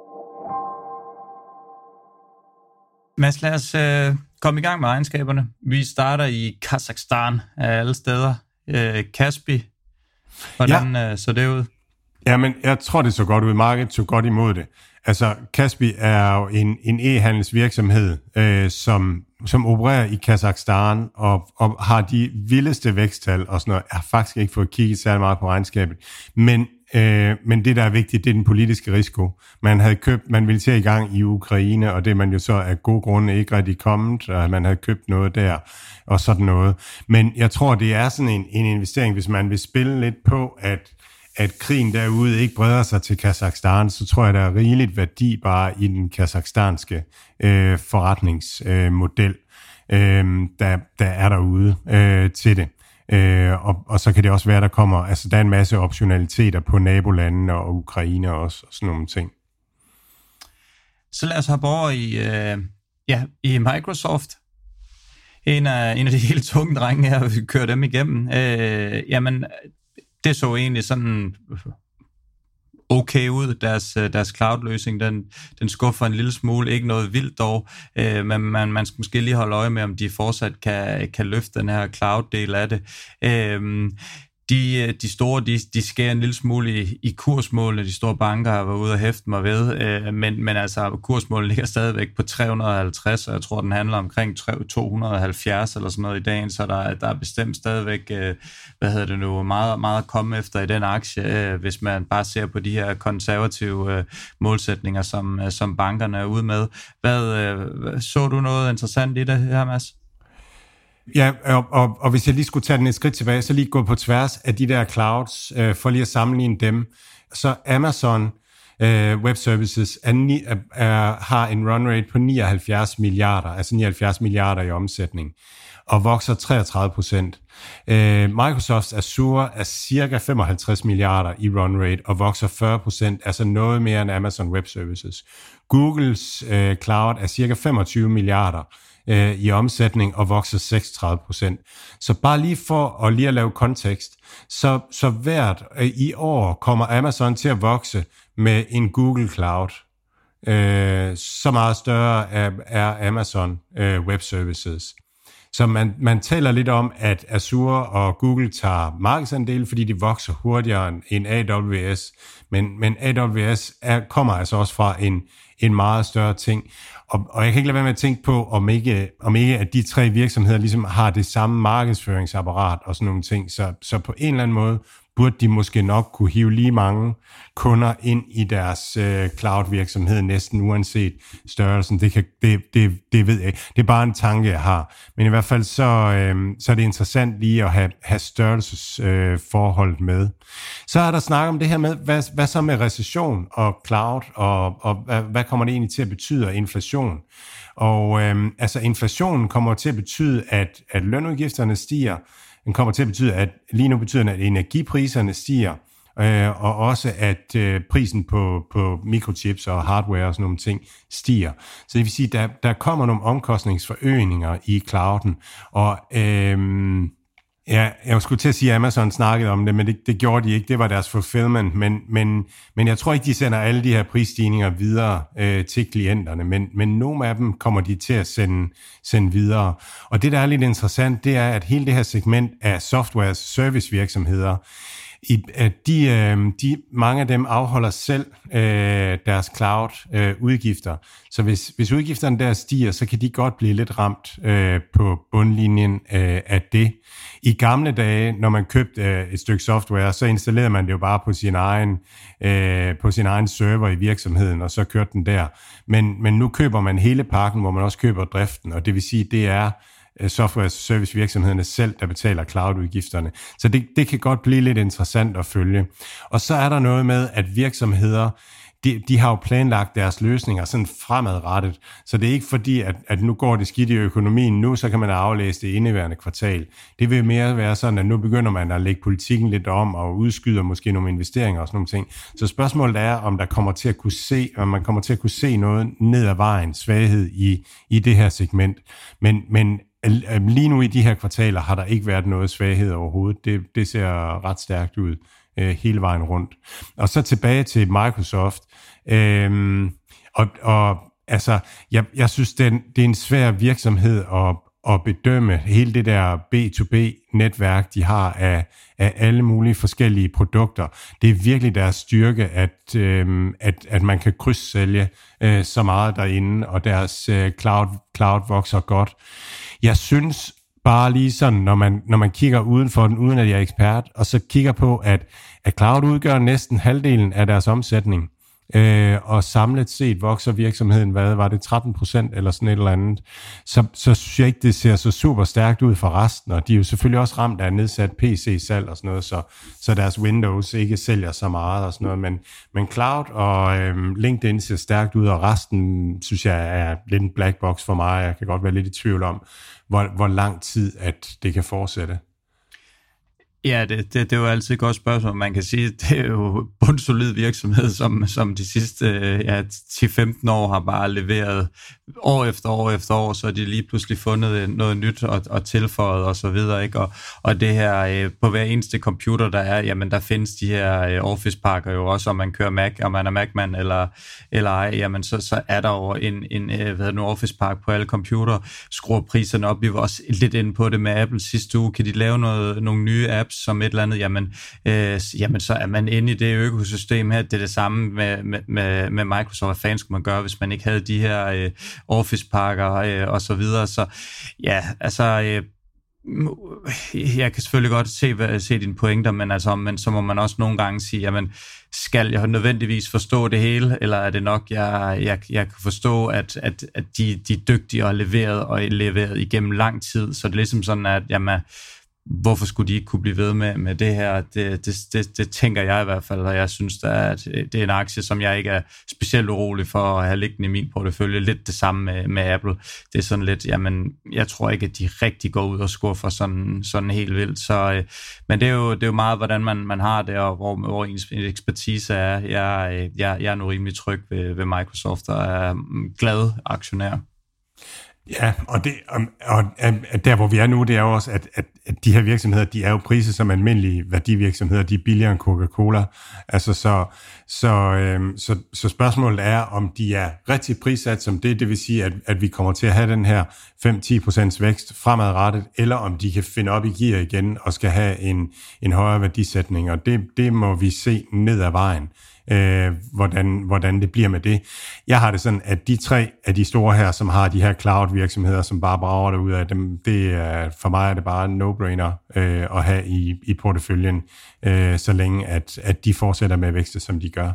Mads, lad os øh, komme i gang med regnskaberne. Vi starter i Kazakhstan af alle steder. Øh, Kaspi, hvordan ja. øh, så det ud? Jamen, jeg tror, det så godt ud. Markedet så godt imod det. Altså, Kaspi er jo en, en e-handelsvirksomhed, øh, som, som opererer i Kazakhstan og, og har de vildeste væksttal og sådan noget. Jeg har faktisk ikke fået kigget særlig meget på regnskabet. Men, øh, men det, der er vigtigt, det er den politiske risiko. Man havde købt, man ville til i gang i Ukraine, og det er man jo så af gode grunde ikke rigtig kommet, og man havde købt noget der og sådan noget. Men jeg tror, det er sådan en, en investering, hvis man vil spille lidt på, at at krigen derude ikke breder sig til Kazakhstan, så tror jeg, der er rigeligt værdi bare i den kazakhstanske øh, forretningsmodel, øh, der, der er derude øh, til det. Øh, og, og så kan det også være, der kommer, altså der er en masse optionaliteter på nabolandene og Ukraine også, og sådan nogle ting. Så lad os hoppe over i, øh, ja, i Microsoft. En af, en af de helt tunge drenge her, vi kører dem igennem. Øh, jamen, det så egentlig sådan okay ud, deres, deres cloud-løsning, den, den skuffer en lille smule, ikke noget vildt dog, øh, men man, man skal måske lige holde øje med, om de fortsat kan, kan løfte den her cloud-del af det. Øh, De, de store, de, de skærer en lille smule i, i kursmålene. De store banker har været ude og hæfte mig ved, øh, men, men altså kursmålet ligger stadigvæk på tre hundrede og halvtreds, og jeg tror, den handler omkring to hundrede og halvfjerds eller sådan noget i dagen, så der, der er bestemt stadigvæk, øh, hvad hedder det nu, meget, meget at komme efter i den aktie, øh, hvis man bare ser på de her konservative øh, målsætninger, som, øh, som bankerne er ude med. Hvad, øh, så du noget interessant i det her, Mads? Ja, og, og, og hvis jeg lige skulle tage den et skridt tilbage, så lige gå på tværs af de der clouds, øh, for lige at sammenligne dem. Så Amazon øh, Web Services er ni, er, er, har en run rate på nioghalvfjerds milliarder, altså nioghalvfjerds milliarder i omsætning, og vokser treogtredive procent. Øh, Microsofts Azure er cirka femoghalvtreds milliarder i run rate, og vokser fyrre procent, altså noget mere end Amazon Web Services. Googles øh, cloud er cirka femogtyve milliarder i omsætning og vokser seksogtredive procent. Så bare lige for at lige at lave kontekst, så, så hvert i år kommer Amazon til at vokse med en Google Cloud. Øh, så meget større er, er Amazon øh, Web Services. Så man, man taler lidt om, at Azure og Google tager markedsandel, fordi de vokser hurtigere end A W S. Men, men A W S er, kommer altså også fra en, en meget større ting. Og, og jeg kan ikke lade være med at tænke på, om ikke, om ikke at de tre virksomheder ligesom har det samme markedsføringsapparat og sådan nogle ting. Så, så på en eller anden måde burde de måske nok kunne hive lige mange kunder ind i deres øh, cloud-virksomhed, næsten uanset størrelsen. Det, kan, det, det, det ved jeg ikke. Det er bare en tanke, jeg har. Men i hvert fald så, øh, så er det interessant lige at have, have størrelsesforholdet øh, med. Så er der snak om det her med, hvad, hvad så med recession og cloud, og, og hvad, hvad kommer det egentlig til at betyde af inflation? Og øh, altså inflationen kommer til at betyde, at, at lønudgifterne stiger. Den kommer til at betyde, at lige nu betyder det, at energipriserne stiger, øh, og også at øh, prisen på, på mikrochips og hardware og sådan nogle ting stiger. Så det vil sige, at der, der kommer nogle omkostningsforøgninger i clouden, og øh, ja, jeg skulle til at sige, at Amazon snakkede om det, men det, det gjorde de ikke. Det var deres fulfillment, men, men, men jeg tror ikke, de sender alle de her prisstigninger videre øh, til klienterne, men, men nogle af dem kommer de til at sende, sende videre. Og det, der er lidt interessant, det er, at hele det her segment af software service virksomheder, I, at de, øh, de, mange af dem afholder selv øh, deres cloud-udgifter. Øh, så hvis, hvis udgifterne der stiger, så kan de godt blive lidt ramt øh, på bundlinjen øh, af det. I gamle dage, når man købte øh, et stykke software, så installerede man det jo bare på sin egen, øh, på sin egen server i virksomheden, og så kørte den der. Men, men nu køber man hele pakken, hvor man også køber driften, og det vil sige, det er software service virksomhederne selv, der betaler cloud-udgifterne. Så det, det kan godt blive lidt interessant at følge. Og så er der noget med, at virksomheder, de, de har jo planlagt deres løsninger sådan fremadrettet, så det er ikke fordi, at, at nu går det skidt i økonomien, nu så kan man aflæse det indeværende kvartal. Det vil mere være sådan, at nu begynder man at lægge politikken lidt om og udskyder måske nogle investeringer og sådan nogle ting. Så spørgsmålet er, om der kommer til at kunne se, om man kommer til at kunne se noget ned ad vejen, svaghed i, i det her segment. Men, men lige nu i de her kvartaler har der ikke været noget svaghed overhovedet. Det, det ser ret stærkt ud øh, hele vejen rundt. Og så tilbage til Microsoft. Øhm, og, og altså, jeg, jeg synes, det er, en, det er en svær virksomhed at, at bedømme hele det der B to B-netværk, de har af, af alle mulige forskellige produkter. Det er virkelig deres styrke, at, øhm, at, at man kan krydssælge øh, så meget derinde, og deres øh, cloud, cloud vokser godt. Jeg synes bare lige sådan, når man, når man kigger uden for den, uden at jeg er ekspert, og så kigger på, at, at cloud udgør næsten halvdelen af deres omsætning, øh, og samlet set vokser virksomheden, hvad var det, tretten procent eller sådan et eller andet, så, så synes jeg ikke, det ser så super stærkt ud for resten, og de er jo selvfølgelig også ramt af nedsat P C-salg og sådan noget, så, så deres Windows ikke sælger så meget og sådan noget, men, men cloud og øh, LinkedIn ser stærkt ud, og resten synes jeg er lidt en black box for mig. Jeg kan godt være lidt i tvivl om, hvor, hvor lang tid at det kan fortsætte. Ja, det, det, det er jo altid et godt spørgsmål. Man kan sige, at det er jo bundsolid virksomhed, som, som de sidste ja, ti til femten år har bare leveret år efter år efter år, så er de lige pludselig fundet noget nyt og, og tilføjet og så videre, ikke? Og, og det her, på hver eneste computer, der er, jamen der findes de her Office-pakker jo også, om man kører Mac, om man er Mac-mand eller, eller ej, jamen så, så er der jo en, en, hvad en Office-pakke på alle computer, skruer priserne op. Vi var også lidt inde på det med Apple sidste uge. Kan de lave noget, nogle nye apps, som et eller andet, jamen, øh, jamen så er man inde i det økosystem her. Det er det samme med, med, med, med Microsoft. Hvad fanden skulle man gøre, hvis man ikke havde de her øh, Office-pakker øh, og så videre. Så ja, altså, øh, jeg kan selvfølgelig godt se, se dine pointer, men, altså, men så må man også nogle gange sige, jamen, skal jeg nødvendigvis forstå det hele, eller er det nok, jeg, jeg, jeg kan forstå, at, at, at de, de er dygtige og har leveret og leveret igennem lang tid. Så det er ligesom sådan, at jamen, hvorfor skulle de ikke kunne blive ved med, med det her? Det, det, det, det tænker jeg i hvert fald, og jeg synes, at det er en aktie, som jeg ikke er specielt urolig for at have liggende i min portefølje. Lidt det samme med, med Apple. Det er sådan lidt, jamen, jeg tror ikke, at de rigtig går ud og skuffer sådan, sådan helt vildt. Så, men det er, jo, det er jo meget, hvordan man, man har det, og hvor, hvor ens ekspertise er. Jeg, jeg, jeg er nu rimelig tryg ved, ved Microsoft, og er glad aktionær. Ja, og, det, og, og der hvor vi er nu, det er jo også, at, at, at de her virksomheder, de er jo priset som almindelige værdivirksomheder, de er billigere end Coca-Cola. Altså så, så, øhm, så, så spørgsmålet er, om de er rigtig prissat som det, det vil sige, at, at vi kommer til at have den her fem til ti procent vækst fremadrettet, eller om de kan finde op i gear igen og skal have en, en højere værdisætning, og det, det må vi se ned ad vejen. Øh, hvordan, hvordan det bliver med det. Jeg har det sådan, at de tre af de store her, som har de her cloud-virksomheder, som bare brager derud af dem, det er, for mig er det bare en no-brainer øh, at have i, i porteføljen, øh, så længe at, at de fortsætter med at vækste, som de gør.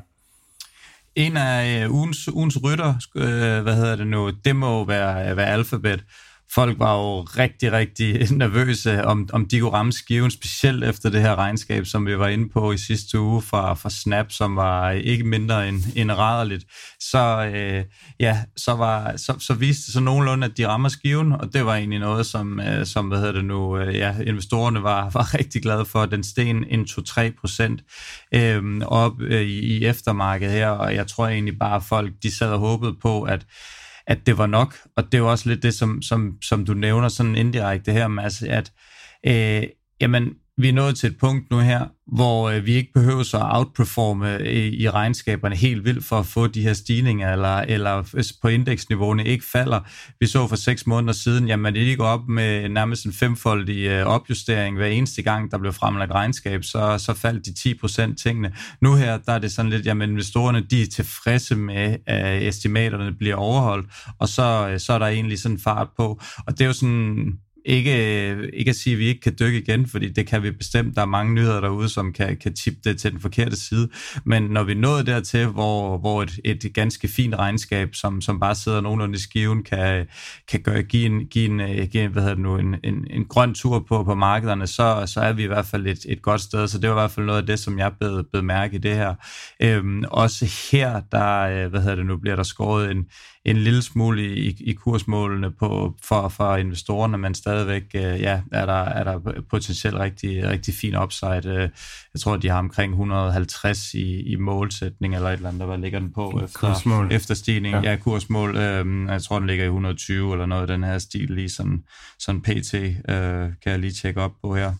En af øh, ugens, ugens rytter, øh, hvad hedder det nu, det må være, være Alphabet. Folk var jo rigtig, rigtig nervøse, om, om de kunne ramme skiven, specielt efter det her regnskab, som vi var inde på i sidste uge fra, fra Snap, som var ikke mindre end, end rædderligt. Så, øh, ja, så, var, så, så viste det så nogenlunde, at de rammer skiven, og det var egentlig noget, som, øh, som hvad hedder det nu, øh, ja, investorerne var, var rigtig glade for. Den steg en to til tre procent øh, op øh, i, i eftermarkedet her, og jeg tror egentlig bare, at folk de sad og håbede på, at at det var nok, og det er jo også lidt det, som, som, som du nævner sådan indirekte her, Mads, at øh, jamen, vi er nået til et punkt nu her, hvor øh, vi ikke behøver så at outperforme i, i regnskaberne helt vildt for at få de her stigninger, eller, eller på indeksniveauerne ikke falder. Vi så for seks måneder siden, jamen det ikke går op med nærmest en femfoldig øh, opjustering hver eneste gang, der blev fremlagt regnskab, så, så faldt de ti procent tingene. Nu her, der er det sådan lidt, jamen investorerne, de er tilfredse med, at estimaterne bliver overholdt, og så, så er der egentlig sådan fart på. Og det er jo sådan ikke, ikke at sige, at vi ikke kan dykke igen, fordi det kan vi bestemt. Der er mange nyheder derude, som kan, kan tippe det til den forkerte side. Men når vi nåede dertil, hvor, hvor et, et ganske fint regnskab, som, som bare sidder nogenlunde i skiven, kan, kan gøre, give, en, give, en, give en, hvad hedder det nu, en, en, en grøn tur på, på markederne, så, så er vi i hvert fald et, et godt sted. Så det var i hvert fald noget af det, som jeg blev, blev mærke i det her. Øhm, også her, der, hvad hedder det nu, bliver der skåret en, en lille smule i, i kursmålene på, for, for investorerne, men stadigvæk ja, er, der, er der potentielt rigtig, rigtig fin upside. Jeg tror, de har omkring et hundrede og halvtreds i, i målsætning, eller et eller andet, hvad ligger den på efter, efter stigning. Ja, ja kursmål. Øh, jeg tror, den ligger i et hundrede og tyve eller noget af den her stil, lige sådan, sådan P T, øh, kan jeg lige tjekke op på her.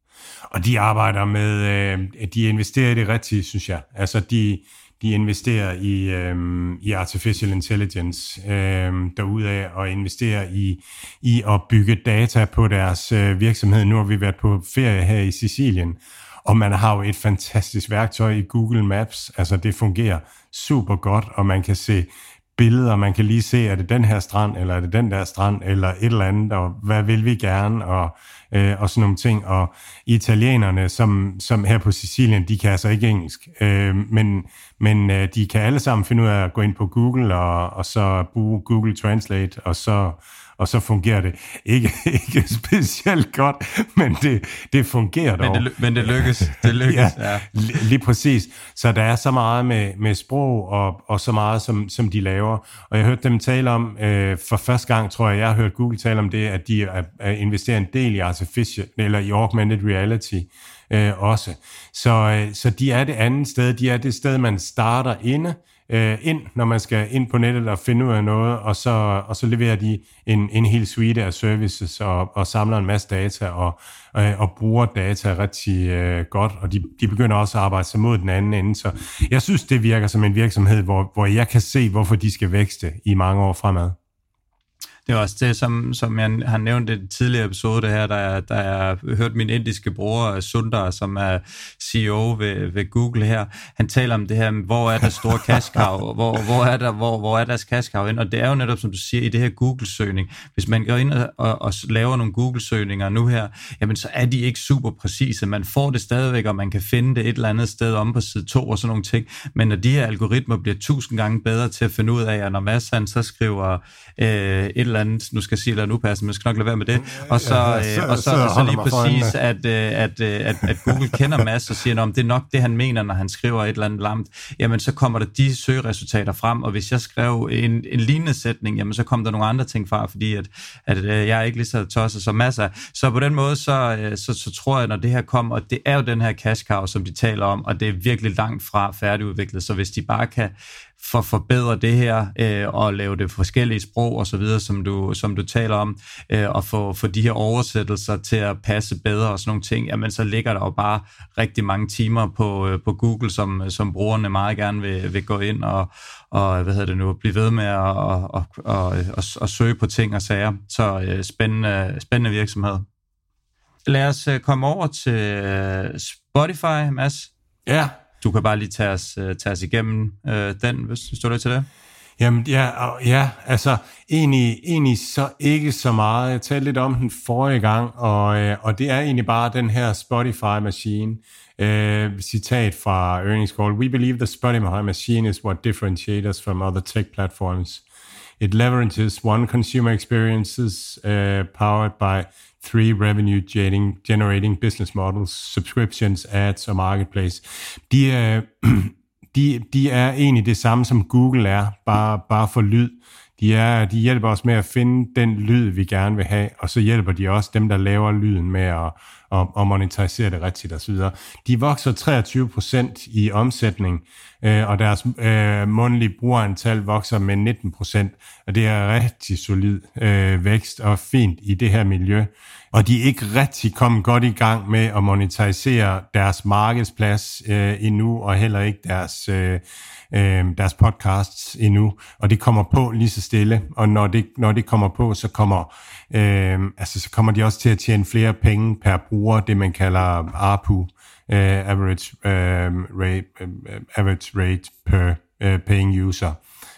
Og de arbejder med, øh, de investerer i det rigtige, synes jeg. Altså, de, de investerer i, øh, i artificial intelligence øh, derudaf, og investerer i, i at bygge data på deres øh, virksomhed. Nu har vi været på ferie her i Sicilien, og man har jo et fantastisk værktøj i Google Maps. Altså, det fungerer super godt, og man kan se billeder, man kan lige se, er det den her strand, eller er det den der strand, eller et eller andet, og hvad vil vi gerne, og, øh, og sådan nogle ting. Og italienerne, som, som her på Sicilien, de kan altså ikke engelsk, øh, men, men øh, de kan alle sammen finde ud af at gå ind på Google, og, og så bruge Google Translate, og så og så fungerer det ikke, ikke specielt godt, men det, det fungerer dog. Men det, men det lykkes. Det lykkes, ja. ja. Lige præcis. Så der er så meget med, med sprog, og, og så meget, som, som de laver. Og jeg hørte dem tale om, øh, for første gang tror jeg, jeg har hørt Google tale om det, at de er, er investerer en del i artificial, eller i augmented reality øh, også. Så, øh, så de er det andet sted. De er det sted, man starter inde, øh, ind, når man skal ind på nettet og finde ud af noget, og så, og så leverer de en, en hel suite af services og, og samler en masse data og, øh, og bruger data rigtig øh, godt, og de, de begynder også at arbejde sig mod den anden ende. Så jeg synes, det virker som en virksomhed, hvor, hvor jeg kan se, hvorfor de skal vækste i mange år fremad. Det er også det, som, som jeg har nævnt i det tidligere episode, det her, der jeg, der jeg hørt min indiske bror, Sundar, som er C E O ved, ved Google her, han taler om det her, hvor er der store cash cow, hvor, hvor, er der, hvor, hvor er deres cash cow ind? Og det er jo netop, som du siger, i det her Google-søgning. Hvis man går ind og, og, og laver nogle Google-søgninger nu her, jamen så er de ikke super præcise. Man får det stadigvæk, og man kan finde det et eller andet sted om på side to og sådan nogle ting. Men når de her algoritmer bliver tusind gange bedre til at finde ud af, at når Mads han så skriver øh, et eller andet, nu skal jeg sige, eller nu passer, men jeg skal nok lade være med det. Og så, ja, så, øh, og så, så, så, så lige præcis, at, at, at, at Google kender Mads og siger, at det er nok det, han mener, når han skriver et eller andet lamt. Jamen, så kommer der de søgeresultater frem, og hvis jeg skrev en, en lignende sætning, jamen, så kommer der nogle andre ting fra, fordi at, at jeg er ikke lige så tosset som Mads er. Så på den måde, så, så, så tror jeg, når det her kommer, og det er jo den her cash cow, som de taler om, og det er virkelig langt fra færdigudviklet, så hvis de bare kan for at forbedre det her, øh, og lave det forskellige sprog og så videre, som du, som du taler om, øh, og få, få de her oversættelser til at passe bedre og sådan nogle ting, jamen så ligger der jo bare rigtig mange timer på, øh, på Google, som, som brugerne meget gerne vil, vil gå ind og, og hvad hedder det nu, blive ved med at og, og, og, og, og søge på ting og sager. Så øh, spændende, spændende virksomhed. Lad os øh, komme over til Spotify, Mads. Ja. Du kan bare lige tage os, tage os igennem øh, den, hvis du står til det. Jamen, ja, ja altså egentlig, egentlig så ikke så meget. Jeg talte lidt om den forrige gang, og, øh, og det er egentlig bare den her Spotify-machine. Øh, citat fra earnings call. We believe the Spotify machine is what differentiates us from other tech platforms. It leverages one consumer experiences uh, powered by three revenue generating business models, subscriptions, ads og marketplace. De er, de, de er egentlig det samme, som Google er, bare, bare for lyd. De, er, de hjælper os med at finde den lyd, vi gerne vil have, og så hjælper de også dem, der laver lyden med at, at, at monetisere det rigtigt osv. De vokser treogtyve procent i omsætning, og deres øh, månedlige brugerantal vokser med nitten procent, og det er rigtig solid øh, vækst og fint i det her miljø. Og de er ikke rigtig kommet godt i gang med at monetisere deres markedsplads øh, endnu, og heller ikke deres, øh, øh, deres podcasts endnu. Og det kommer på lige så stille, og når det, når det kommer på, så kommer, øh, altså, så kommer de også til at tjene flere penge per bruger, det man kalder A R P U. Uh, average, uh, rate, uh, average rate per uh, paying user.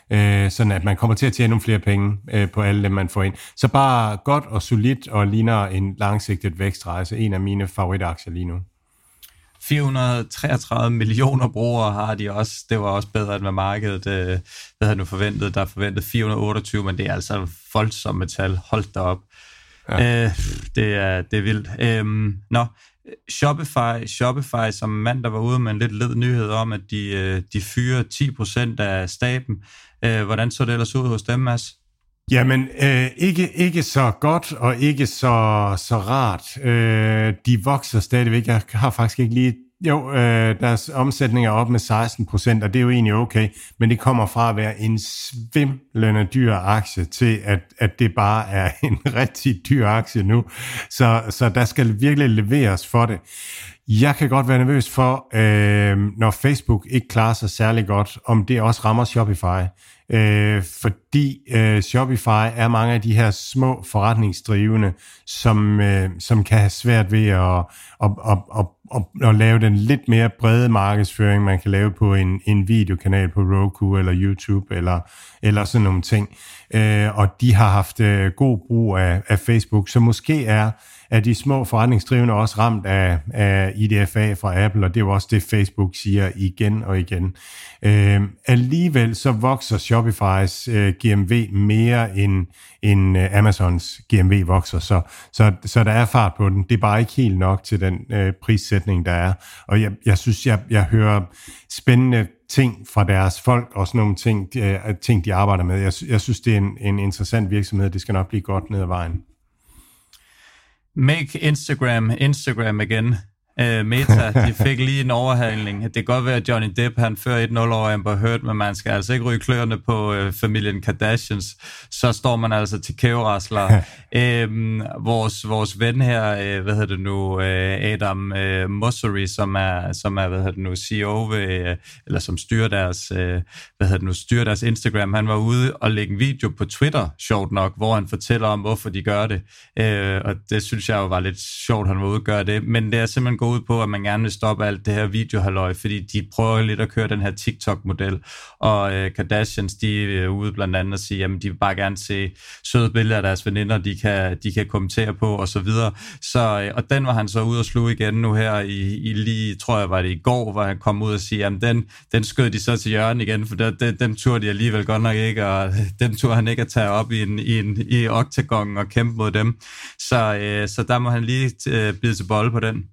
øh, sådan at man kommer til at tjene nogle flere penge øh, på alle dem, man får ind. Så bare godt og solidt og ligner en langsigtet vækstrejse. En af mine favoritaktier lige nu. fire hundrede og treogtredive millioner brugere har de også. Det var også bedre end hvad markedet øh, hvad havde nu forventet. Der er forventet fire hundrede og otteogtyve, men det er altså voldsomme tal. Hold da op. Ja. Øh, det, er, det er vildt. Øhm, nå, Shopify, Shopify som mand, der var ude med en lidt led nyhed om, at de, de fyrer ti procent af staben. Øh, hvordan så det ellers ud hos dem, Mads? Jamen, øh, ikke, ikke så godt og ikke så, så rart. Øh, de vokser stadigvæk. Jeg har faktisk ikke lige... Jo, øh, deres omsætning er op med seksten procent, og det er jo egentlig okay, men det kommer fra at være en svimlende dyr aktie til, at, at det bare er en rigtig dyr aktie nu. Så, så der skal virkelig leveres for det. Jeg kan godt være nervøs for, øh, når Facebook ikke klarer sig særlig godt, om det også rammer Shopify. Øh, fordi øh, Shopify er mange af de her små forretningsdrivende, som, øh, som kan have svært ved at, at, at, at, at, at lave den lidt mere brede markedsføring, man kan lave på en, en videokanal på Roku eller YouTube eller, eller sådan nogle ting. Øh, og de har haft øh, god brug af, af Facebook, så måske er er de små forretningsdrivende også ramt af, af I D F A fra Apple, og det er jo også det, Facebook siger igen og igen. Øh, alligevel så vokser Shopifys øh, G M V mere end, end øh, Amazons G M V vokser, så, så, så der er fart på den. Det er bare ikke helt nok til den øh, prissætning, der er. Og jeg, jeg synes, jeg, jeg hører spændende ting fra deres folk, og sådan nogle ting, de, ting, de arbejder med. Jeg, jeg synes, det er en, en interessant virksomhed. Det skal nok blive godt ned ad vejen. Make Instagram, Instagram igen. Uh, Meta, de fik lige en overhandling. Det kan godt være, at Johnny Depp, han fører et nul over Amber Heard, men man skal altså ikke ryge kløerne på uh, familien Kardashians. Så står man altså til kæverasler. uh, vores, vores ven her, uh, hvad hedder det nu, uh, Adam uh, Mosseri, som er, som er, hvad hedder det nu, C E O ved, uh, eller som styrer deres, uh, hvad hedder det nu, styrer deres Instagram. Han var ude og lægge en video på Twitter, sjovt nok, hvor han fortæller om, hvorfor de gør det. Uh, og det synes jeg jo var lidt sjovt, han var ude og gøre det. Men det er simpelthen gået ud på, at man gerne vil stoppe alt det her videohalløj, fordi de prøver lidt at køre den her TikTok-model, og øh, Kardashians, de er ude blandt andet og sige, jamen de vil bare gerne se søde billeder af deres veninder, de kan, de kan kommentere på, og så videre. Så, øh, og den var han så ude og sluge igen nu her i, i lige, tror jeg var det i går, hvor han kom ud og sige, jamen den, den skød de så til hjørnet igen, for der, den, dem turde de alligevel godt nok ikke, og dem turde han ikke at tage op i, en, i, en, i oktagonen og kæmpe mod dem. Så, øh, så der må han lige øh, bide til bolle på den.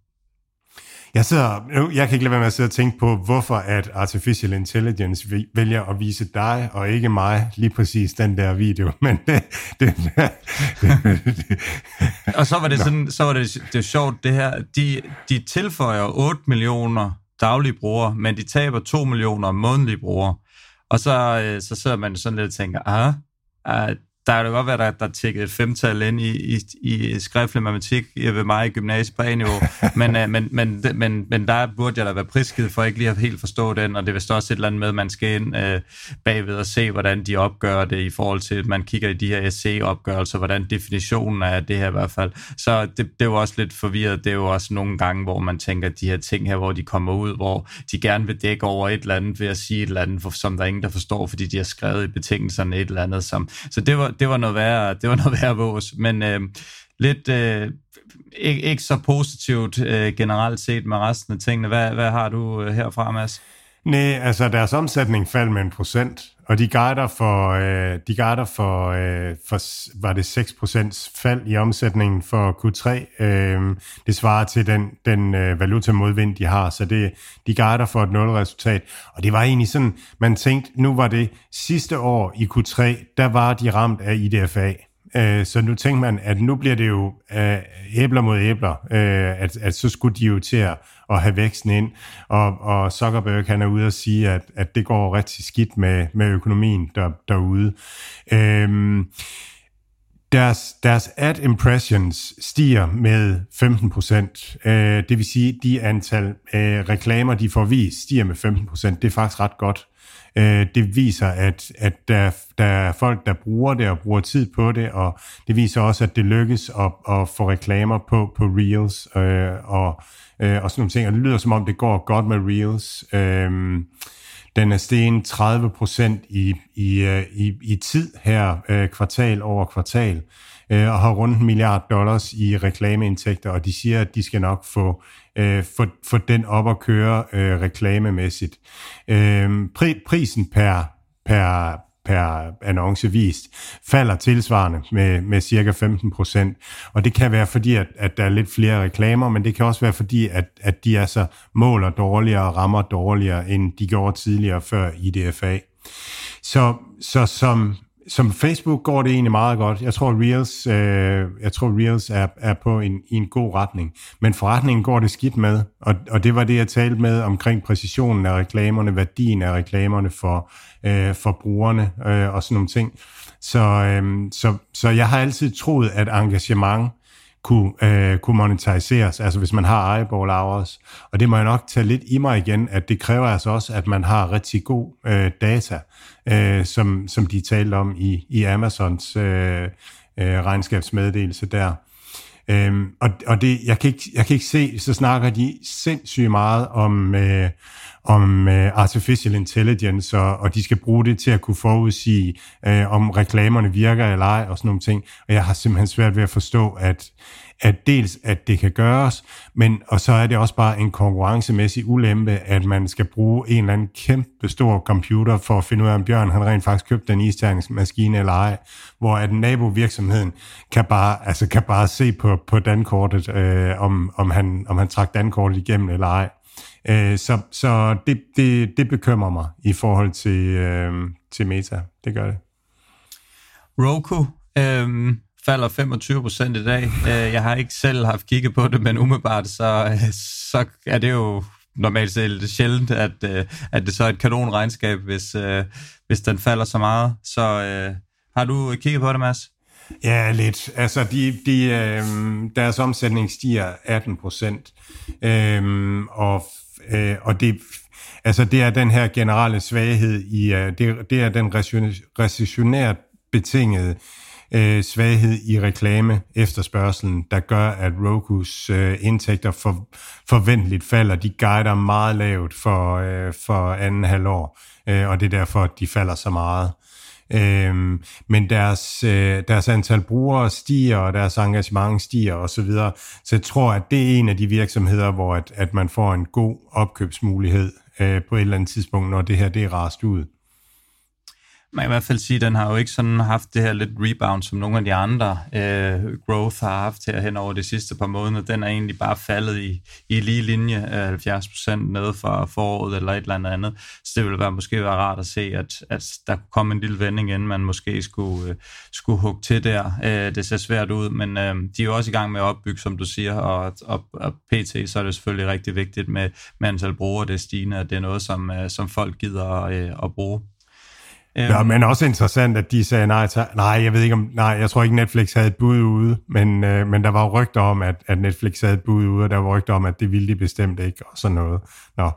Jeg, sidder, jeg kan ikke lade være med at sidde og tænke på, hvorfor at Artificial Intelligence vælger at vise dig og ikke mig lige præcis den der video. Men det, det, det, det, det. Og så var det sådan, så var det, det var sjovt det her. De, de tilføjer otte millioner daglige brugere, men de taber to millioner månedlige brugere. Og så, så sidder man sådan lidt og tænker, ah, ah der er jo godt være, der, der tjekkede et femtal ind i, i, i skriftlig matematik ved mig i gymnasiet på A-niveau, men, men, men, men, men der burde jeg da være prisgivet for ikke lige at helt forstå den, og det er vist også et eller andet med, at man skal ind øh, bagved og se, hvordan de opgør det i forhold til, at man kigger i de her S C-opgørelser, hvordan definitionen er det her i hvert fald. Så det, det er jo også lidt forvirret. Det er jo også nogle gange, hvor man tænker, de her ting her, hvor de kommer ud, hvor de gerne vil dække over et eller andet ved at sige et eller andet, som der er ingen, der forstår, fordi de har skrevet i betingelserne et eller andet. Som, så det var det var noget værre, det var noget værre vås, men øh, lidt øh, ikke, ikke så positivt øh, generelt set med resten af tingene. Hvad, hvad har du øh, herfra, Mads? Nej, altså deres omsætning faldt med en procent, og de guider for, øh, de guider for, øh, for, var det seks procent fald i omsætningen for Q tre. Øh, det svarer til den, den øh, valutamodvind, de har, så det, de guider for et nul-resultat. Og det var egentlig sådan, man tænkte, nu var det sidste år i Q tre, der var de ramt af I D F A. Så nu tænker man, at nu bliver det jo øh, æbler mod æbler, øh, at, at så skulle de jo til at, at have væksten ind, og, og Zuckerberg han er ude og sige, at, at det går rigtig skidt med, med økonomien der, derude. Øh, deres, deres ad impressions stiger med femten procent, øh, det vil sige, at de antal øh, reklamer, de får vist, stiger med femten procent. Det er faktisk ret godt. Det viser, at, at der, der er folk, der bruger det og bruger tid på det, og det viser også, at det lykkes at, at få reklamer på, på Reels øh, og, øh, og sådan nogle ting. Og det lyder som om, det går godt med Reels. Øh, Den er steget tredive procent i, i, i, i tid her, øh, kvartal over kvartal, øh, og har rundt en milliard dollars i reklameindtægter, og de siger, at de skal nok få, øh, få, få den op at køre øh, reklamemæssigt. Øh, pri, prisen per, per, per annonce vist falder tilsvarende med, med cirka femten procent, og det kan være fordi, at, at der er lidt flere reklamer, men det kan også være fordi, at, at de altså måler dårligere og rammer dårligere, end de gjorde tidligere før I D F A. Så, så som, som Facebook går det egentlig meget godt. Jeg tror, Reels, øh, jeg tror, Reels er, er på en, i en god retning, men forretningen går det skidt med, og, og det var det, jeg talte med omkring præcisionen af reklamerne, værdien af reklamerne for, øh, for brugerne øh, og sådan nogle ting. Så, øh, så, så jeg har altid troet, at engagement kunne, øh, kunne monetiseres, altså hvis man har eyeball hours, og det må jeg nok tage lidt i mig igen, at det kræver altså også, at man har rigtig god øh, data, øh, som, som de talte om i, i Amazons øh, øh, regnskabsmeddelelse der. Øhm, og og det, jeg, kan ikke, jeg kan ikke se, så snakker de sindssygt meget om, øh, om øh, artificial intelligence, og, og de skal bruge det til at kunne forudsige, øh, om reklamerne virker eller ej, og sådan nogle ting. Og jeg har simpelthen svært ved at forstå, at, at dels, at det kan gøres, men og så er det også bare en konkurrencemæssig ulempe, at man skal bruge en eller anden kæmpe stor computer for at finde ud af, om Bjørn han rent faktisk købte den isterningsmaskine eller ej, hvor at nabovirksomheden kan bare, altså kan bare se på, på dankortet, øh, om, om, han, om han trak dankortet igennem eller ej. Øh, så så det, det, det bekymrer mig i forhold til, øh, til Meta. Det gør det. Roku øh, falder femogtyve procent i dag. Jeg har ikke selv haft kigget på det, men umiddelbart så, så er det jo normalt set sjældent, at, at det så er et kanonregnskab, hvis, hvis den falder så meget. Så øh, har du kigget på det, Mads? Ja, lidt. Altså, de, de, øh, deres omsætning stiger atten procent, øh, og, øh, og det, altså, det er den her generelle svaghed i, øh, det, det er den recessionært betingede øh, svaghed i reklame efterspørgselen, der gør, at Rokus øh, indtægter for, forventeligt falder. De guider meget lavt for, øh, for anden halvår, øh, og det er derfor, at de falder så meget. Øhm, men deres, øh, deres antal brugere stiger, og deres engagement stiger og så videre. Så jeg tror, at det er en af de virksomheder, hvor at, at man får en god opkøbsmulighed øh, på et eller andet tidspunkt, når det her det er rast ud. Man kan i hvert fald sige, at den har jo ikke sådan haft det her lidt rebound, som nogle af de andre øh, growth har haft her hen over de sidste par måneder. Den er egentlig bare faldet i, i lige linje, øh, halvfjerds procent nede fra foråret eller et eller andet andet. Så det ville være, måske være rart at se, at, at der kunne komme en lille vending, inden man måske skulle, øh, skulle hugge til der. Øh, det ser svært ud, men øh, de er jo også i gang med at opbygge, som du siger, og, og, og P T, så er det selvfølgelig rigtig vigtigt med, med antal brugere, det er stigende, at det er noget, som, øh, som folk gider øh, at bruge. Ja, men også interessant, at de sagde nej, ta- nej, jeg ved ikke om, nej, jeg tror ikke Netflix havde et bud ude, men, øh, men der var jo rygter om, at, at Netflix havde et bud ude, og der var rygter om, at det ville de bestemt ikke, og sådan noget. Nå.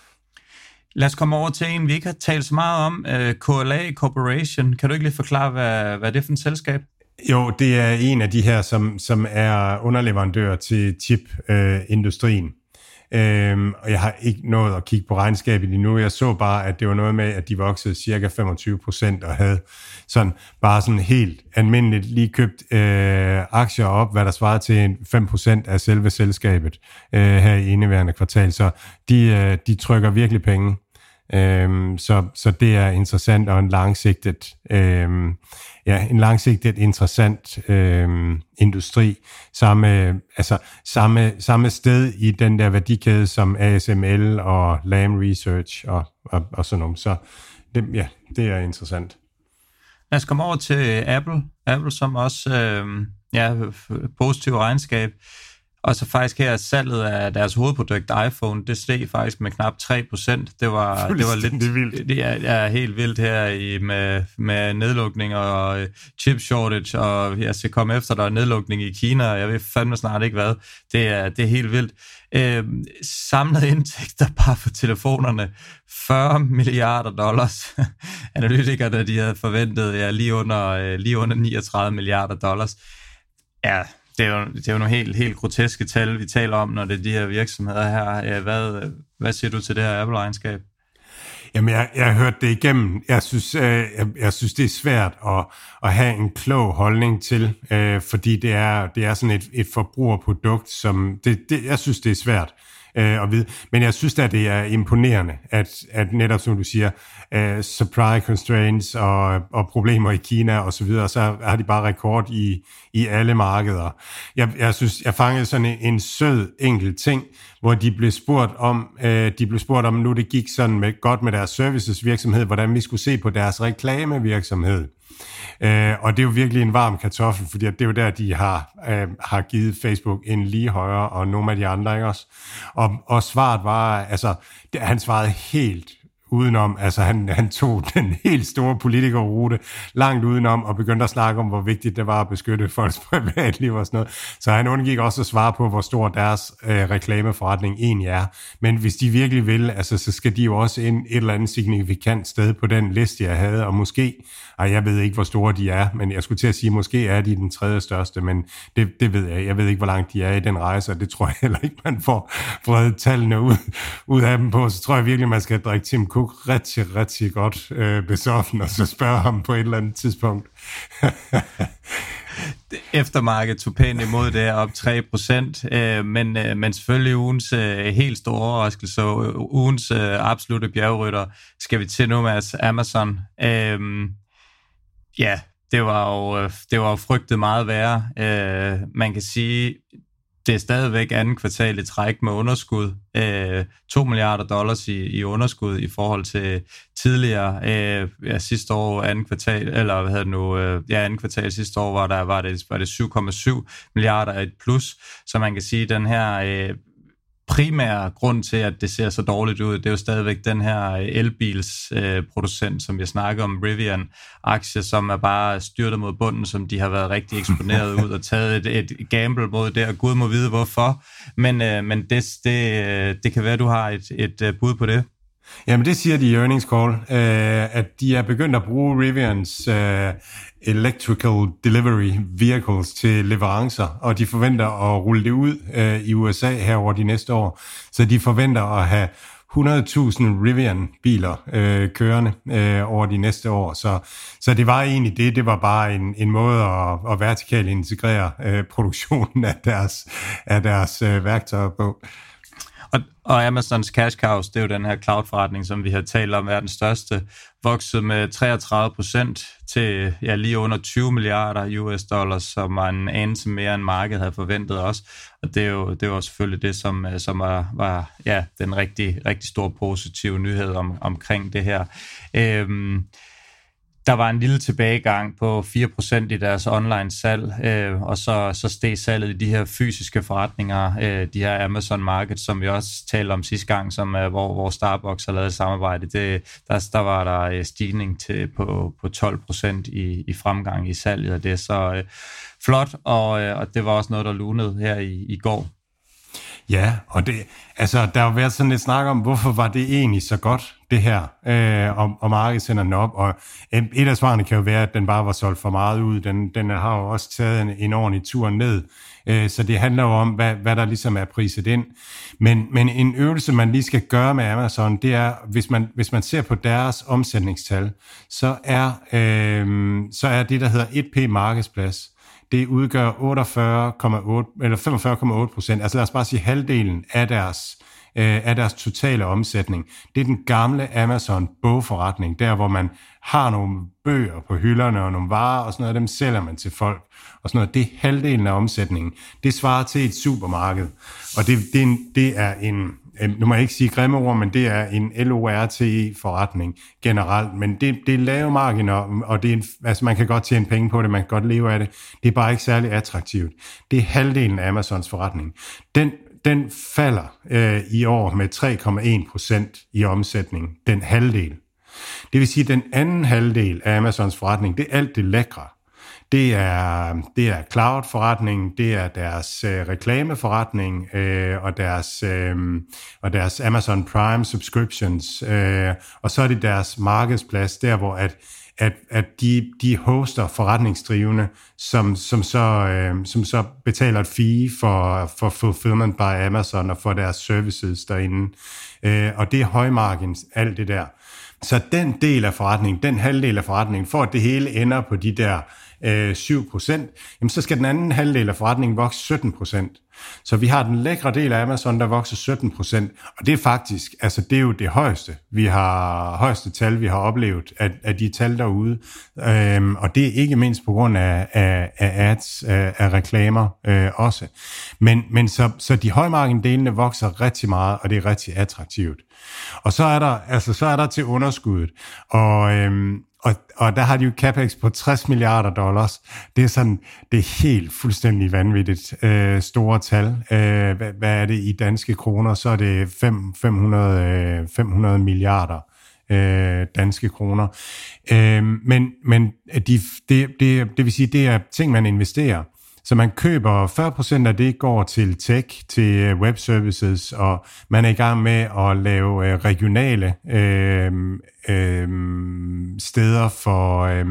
Lad os komme over til en, vi ikke har talt så meget om, uh, K L A Corporation. Kan du ikke lige forklare, hvad, hvad det er for et selskab? Jo, det er en af de her, som, som er underleverandør til chip-industrien. Øh, Øhm, og jeg har ikke nået at kigge på regnskabet endnu. Jeg så bare, at det var noget med, at de voksede cirka femogtyve procent og havde sådan bare sådan helt almindeligt lige købt øh, aktier op, hvad der svarer til fem procent af selve selskabet øh, her i indeværende kvartal. Så de, øh, de trykker virkelig penge. Øhm, så, så det er interessant og en langsigtet, øhm, ja, en langsigtet interessant øhm, industri. Samme, altså, samme, samme sted i den der værdikæde som A S M L og Lam Research og, og, og sådan noget. Så det, ja, det er interessant. Lad os komme over til Apple. Apple som også øhm, ja, positiv regnskab. Og så faktisk her salget af deres hovedprodukt iPhone, det steg faktisk med knap tre procent. Det var, det var lidt vildt. Det er, er helt vildt her i, med, med nedlukning og chip shortage, og jeg skal komme efter, der er nedlukning i Kina, og jeg ved fandme snart ikke hvad. Det er, det er helt vildt. Øh, samlede indtægter bare for telefonerne, fyrre milliarder dollars. Analytikerne, de havde forventet ja, lige, under, lige under niogtredive milliarder dollars. Ja, Det er, jo, det er jo nogle helt, helt groteske tal, vi taler om, når det er de her virksomheder her. Hvad, hvad siger du til det her Apple-regnskab? Jamen, jeg, jeg har hørt det igennem. Jeg synes, øh, jeg, jeg synes det er svært at, at have en klog holdning til, øh, fordi det er, det er sådan et, et forbrugerprodukt, som det, det, jeg synes, det er svært øh, at vide. Men jeg synes at det er imponerende, at, at netop som du siger, øh, supply constraints og, og problemer i Kina og så videre, så har de bare rekord i, i alle markeder. Jeg, jeg synes, jeg fangede sådan en, en sød enkelt ting, hvor de blev spurgt om, øh, de blev spurgt om, nu det gik sådan med, godt med deres servicesvirksomhed, hvordan vi skulle se på deres reklamevirksomhed. Øh, og det er jo virkelig en varm kartoffel, fordi det er jo der, de har, øh, har givet Facebook en lige højere, og nogle af de andre, ikke også? Og, og svaret var, altså, det, han svarede helt udenom, altså han, han tog den helt store politikerrute langt udenom og begyndte at snakke om, hvor vigtigt det var at beskytte folks privatliv og sådan noget. Så han undgik også at svare på, hvor stor deres øh, reklameforretning egentlig er. Men hvis de virkelig vil, altså, så skal de jo også ind et eller andet signifikant sted på den liste, jeg havde, og måske, ej, jeg ved ikke, hvor store de er, men jeg skulle til at sige, måske er de den tredje største, men det, det ved jeg. Jeg ved ikke, hvor langt de er i den rejse, og det tror jeg heller ikke, man får vredet tallene ud, ud af dem på. Så tror jeg virkelig, man skal drikke Tim Cook rigtig, rigtig godt øh, besoffen, og så spørge ham på et eller andet tidspunkt. Eftermarkedet tog pænt imod det op tre procent, øh, men, øh, men selvfølgelig ugens øh, helt store overraskelse, ugens øh, absolutte bjergrytter, skal vi til nu med Amazon. Øh, ja, det var jo det var jo frygtet meget værre. Øh, man kan sige, det er stadigvæk anden kvartal i træk med underskud. Øh, to milliarder dollars i, i underskud i forhold til tidligere. Øh, ja, sidste år, anden kvartal, eller hvad hedder det nu, øh, ja, anden kvartal sidste år, var, der, var det, var det syv komma syv milliarder et plus. Så man kan sige, den her øh, primære grund til, at det ser så dårligt ud, det er jo stadigvæk den her elbilsproducent, øh, som vi snakker om, Rivian-aktie, som er bare styrtet mod bunden, som de har været rigtig eksponeret ud og taget et, et gamble mod det, og Gud må vide hvorfor. Men, øh, men det, det, det kan være, at du har et, et bud på det. Jamen det siger de i earnings call, øh, at de er begyndt at bruge Rivians øh, electrical delivery vehicles til leverancer, og de forventer at rulle det ud øh, i U S A her over de næste år. Så de forventer at have hundrede tusind Rivian-biler øh, kørende øh, over de næste år. Så, så det var egentlig det. Det var bare en, en måde at, at vertikalt integrere øh, produktionen af deres, af deres øh, værktøjer på. Og, og Amazons cash cows, det er jo den her cloud-forretning, som vi har talt om, er den største, vokset med treogtredive procent til ja, lige under tyve milliarder U S dollars, som er en anelse mere end markedet havde forventet også. Og det er jo, det er jo selvfølgelig det, som, som var, var ja, den rigtig, rigtig store positive nyhed om, omkring det her. Øhm, Der var en lille tilbagegang på fire procent i deres online salg, øh, og så, så steg salget i de her fysiske forretninger, øh, de her Amazon Market, som vi også talte om sidste gang, som, øh, hvor, hvor Starbucks har lavet et samarbejde. Det, der, der var der stigning til, på, på tolv procent i, i fremgang i salget af det, så øh, flot, og, øh, og det var også noget, der lunede her i, i går. Ja, og det, altså, der har været sådan lidt snak om, hvorfor var det egentlig så godt, det her, øh, og, og markedet sender den op, og et af svarene kan jo være, at den bare var solgt for meget ud, den, den har jo også taget en, en ordentlig tur ned, øh, så det handler jo om, hvad, hvad der ligesom er priset ind, men, men en øvelse, man lige skal gøre med Amazon, det er, hvis man, hvis man ser på deres omsætningstal, så er, øh, så er det, der hedder et P markedsplads, det udgør otteogfyrre komma otte eller femogfyrre komma otte procent, altså lad os bare sige halvdelen af deres, øh, af deres totale omsætning. Det er den gamle Amazon bogforretning, der hvor man har nogle bøger på hylderne og nogle varer og sådan noget, dem sælger man til folk og sådan noget. Det er halvdelen af omsætningen. Det svarer til et supermarked, og det, det, er, en, det er en, nu må jeg ikke sige grimme ord, men det er en L O R T E-forretning generelt, men det, det er lave marginer, og det er en, altså man kan godt tjene penge på det, man kan godt leve af det, det er bare ikke særlig attraktivt. Det er halvdelen af Amazons forretning. Den, den falder øh, i år med tre komma en procent i omsætning, den halvdel. Det vil sige, at den anden halvdel af Amazons forretning, det er alt det lækre. Det er, det er cloud-forretningen, det er deres øh, reklameforretning øh, og, deres, øh, og deres Amazon Prime subscriptions, øh, og så er det deres markedsplads, der hvor at, at, at de, de hoster forretningsdrivende, som, som, så, øh, som så betaler et fee for, for fulfillment by Amazon og for deres services derinde. øh, og det er højmargins, alt det der. Så den del af forretningen, den halvdel af forretningen, for at det hele ender på de der øh, syv procent, jamen så skal den anden halvdel af forretningen vokse sytten procent. Så vi har den lækre del af Amazon, der vokser sytten procent, og det er faktisk, altså det er jo det højeste, vi har, højeste tal, vi har oplevet af, af de tal derude, øhm, og det er ikke mindst på grund af, af, af ads, af, af reklamer øh, også. Men, men så, så de højmargendelene vokser rigtig meget, og det er rigtig attraktivt. Og så er der, altså så er der til underskuddet, og øhm, Og, og der har de jo capex på tres milliarder dollars. Det er sådan, det er helt fuldstændig vanvittigt øh, store tal. Øh, hvad, hvad er det i danske kroner? Så er det fem hundrede milliarder øh, danske kroner. Øh, men men de, det, det, det vil sige, det er ting, man investerer. Så man køber fyrre procent af det går til tech, til web services, og man er i gang med at lave regionale øh, øh, steder for øh,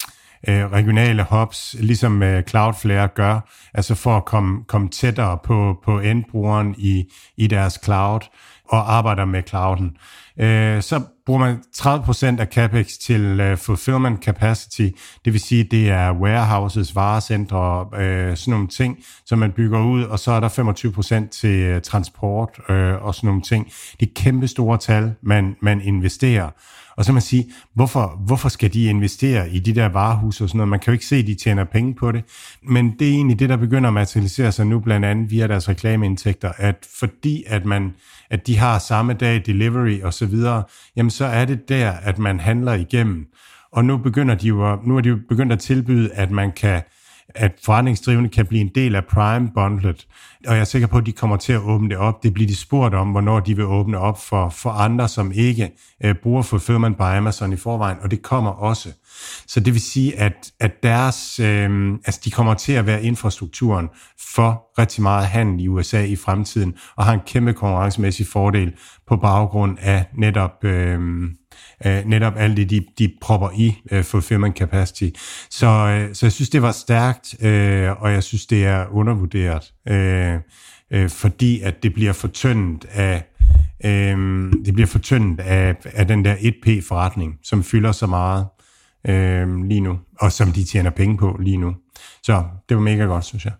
regionale hubs, ligesom Cloudflare gør, altså for at komme, komme tættere på, på endbrugeren i, i deres cloud og arbejder med clouden. Øh, så bruger man tredive procent af capex til uh, fulfillment capacity, det vil sige, det er warehouses, varecentre, øh, sådan nogle ting, som man bygger ud, og så er der femogtyve procent til uh, transport øh, og sådan nogle ting. Det er kæmpe store tal, man, man investerer. Og så man sige, hvorfor, hvorfor skal de investere i de der varehuse og sådan noget? Man kan jo ikke se, at de tjener penge på det. Men det er egentlig det, der begynder at materialisere sig nu, blandt andet via deres reklameindtægter, at fordi at, man, at de har samme dag delivery og så videre, jamen så er det der, at man handler igennem. Og nu begynder de jo, nu er de jo begyndt at tilbyde, at man kan, at forretningsdrivende kan blive en del af Prime Bundlet, og jeg er sikker på, at de kommer til at åbne det op. Det bliver de spurgt om, hvornår de vil åbne op for, for andre, som ikke øh, bruger fulfillment på Amazon i forvejen, og det kommer også. Så det vil sige, at, at deres, øh, altså de kommer til at være infrastrukturen for rigtig meget handel i U S A i fremtiden, og har en kæmpe konkurrencemæssig fordel på baggrund af netop... Øh, Uh, netop alt det, de, de propper i uh, fulfillment capacity. Så, uh, så jeg synes, det var stærkt, uh, og jeg synes, det er undervurderet, uh, uh, fordi at det bliver fortyndet af, uh, det bliver fortyndet af, af den der et P-forretning, som fylder så meget uh, lige nu, og som de tjener penge på lige nu. Så det var mega godt, synes jeg.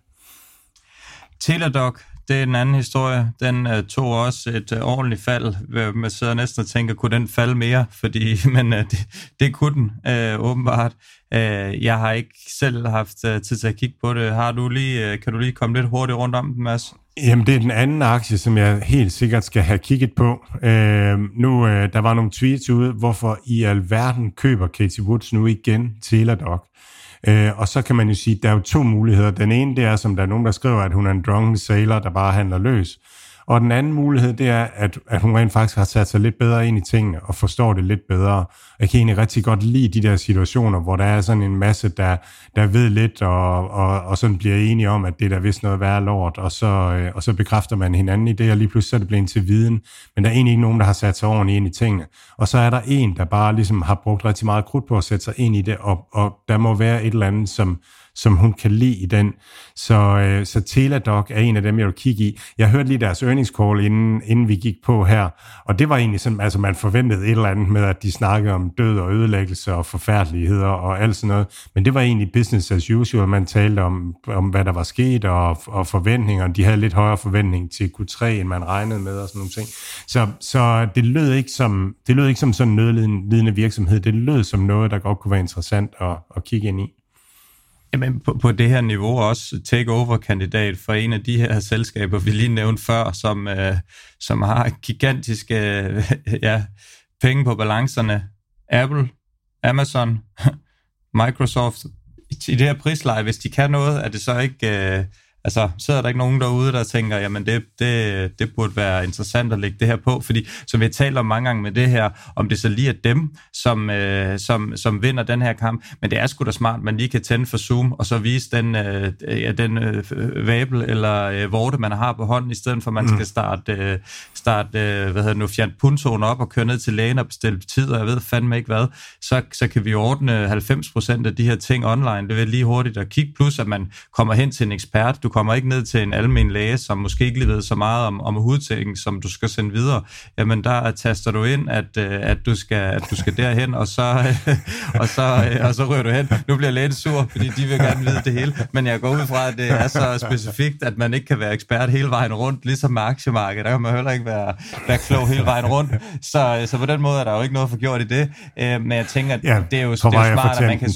Teladoc, det er en anden historie. Den uh, tog også et uh, ordentligt fald. Man sidder næsten og tænker, kunne den falde mere? Fordi, men uh, det, det kunne den uh, åbenbart. Uh, jeg har ikke selv haft uh, tid til at kigge på det. Har du lige, uh, kan du lige komme lidt hurtigt rundt om den, Mads? Jamen, det er den anden aktie, som jeg helt sikkert skal have kigget på. Uh, nu, uh, der var nogle tweets ude, hvorfor i alverden køber Katie Woods nu igen Teladoc. Øh, og så kan man jo sige, at der er jo to muligheder. Den ene, det er, som der er nogen, der skriver, at hun er en drunken sailor, der bare handler løs. Og den anden mulighed, det er, at, at hun rent faktisk har sat sig lidt bedre ind i tingene og forstår det lidt bedre. Jeg kan egentlig rigtig godt lide de der situationer, hvor der er sådan en masse, der, der ved lidt og, og, og sådan bliver enige om, at det er der vist noget værre lort, og så, øh, og så bekræfter man hinanden i det, og lige pludselig så er det blevet til viden. Men der er egentlig ikke nogen, der har sat sig ordentligt ind i tingene. Og så er der en, der bare ligesom har brugt rigtig meget krudt på at sætte sig ind i det, og, og der må være et eller andet, som som hun kan lide i den. Så, øh, så Teladoc er en af dem, jeg vil kigge i. Jeg hørte lige deres earnings call, inden, inden vi gik på her, og det var egentlig sådan, altså man forventede et eller andet med, at de snakkede om død og ødelæggelse og forfærdeligheder og alt sådan noget, men det var egentlig business as usual. Man talte om, om hvad der var sket og, og forventninger. De havde lidt højere forventning til Q tre, end man regnede med og sådan nogle ting. Så, så det lød ikke som, det lød ikke som sådan en nødlidende virksomhed. Det lød som noget, der godt kunne være interessant at, at kigge ind i. Jamen på, på det her niveau også takeover-kandidat for en af de her selskaber, vi lige nævnte før, som, øh, som har gigantiske øh, ja, penge på balancerne. Apple, Amazon, Microsoft. I det her prisleje, hvis de kan noget, er det så ikke... Øh, altså, sidder der ikke nogen derude, der tænker, jamen det, det, det burde være interessant at lægge det her på, fordi som vi har talt om mange gange med det her, om det så lige er dem, som, øh, som, som vinder den her kamp, men det er sgu da smart, man lige kan tænde for Zoom, og så vise den, øh, ja, den øh, vabel eller øh, vorte, man har på hånden, i stedet for at man mm. skal starte, øh, starte øh, hvad hedder det nu, fjern puntoen op og køre ned til lægen og bestille tid, og jeg ved fandme ikke hvad, så, så kan vi ordne halvfems procent af de her ting online. Det vil lige hurtigt at kigge, plus at man kommer hen til en ekspert. Du kommer ikke ned til en almen læge, som måske ikke lige ved så meget om, om hudtækken, som du skal sende videre. Jamen, der taster du ind, at, at, du, skal, at du skal derhen, og så, og, så, og så ryger du hen. Nu bliver lægen sur, fordi de vil gerne vide det hele, men jeg går ud fra, at det er så specifikt, at man ikke kan være ekspert hele vejen rundt, ligesom med aktiemarkedet. Der kan man heller ikke være, være klog hele vejen rundt. Så, så på den måde er der jo ikke noget for gjort i det. Men jeg tænker, at ja, det er jo, det er jo smart, at man kan...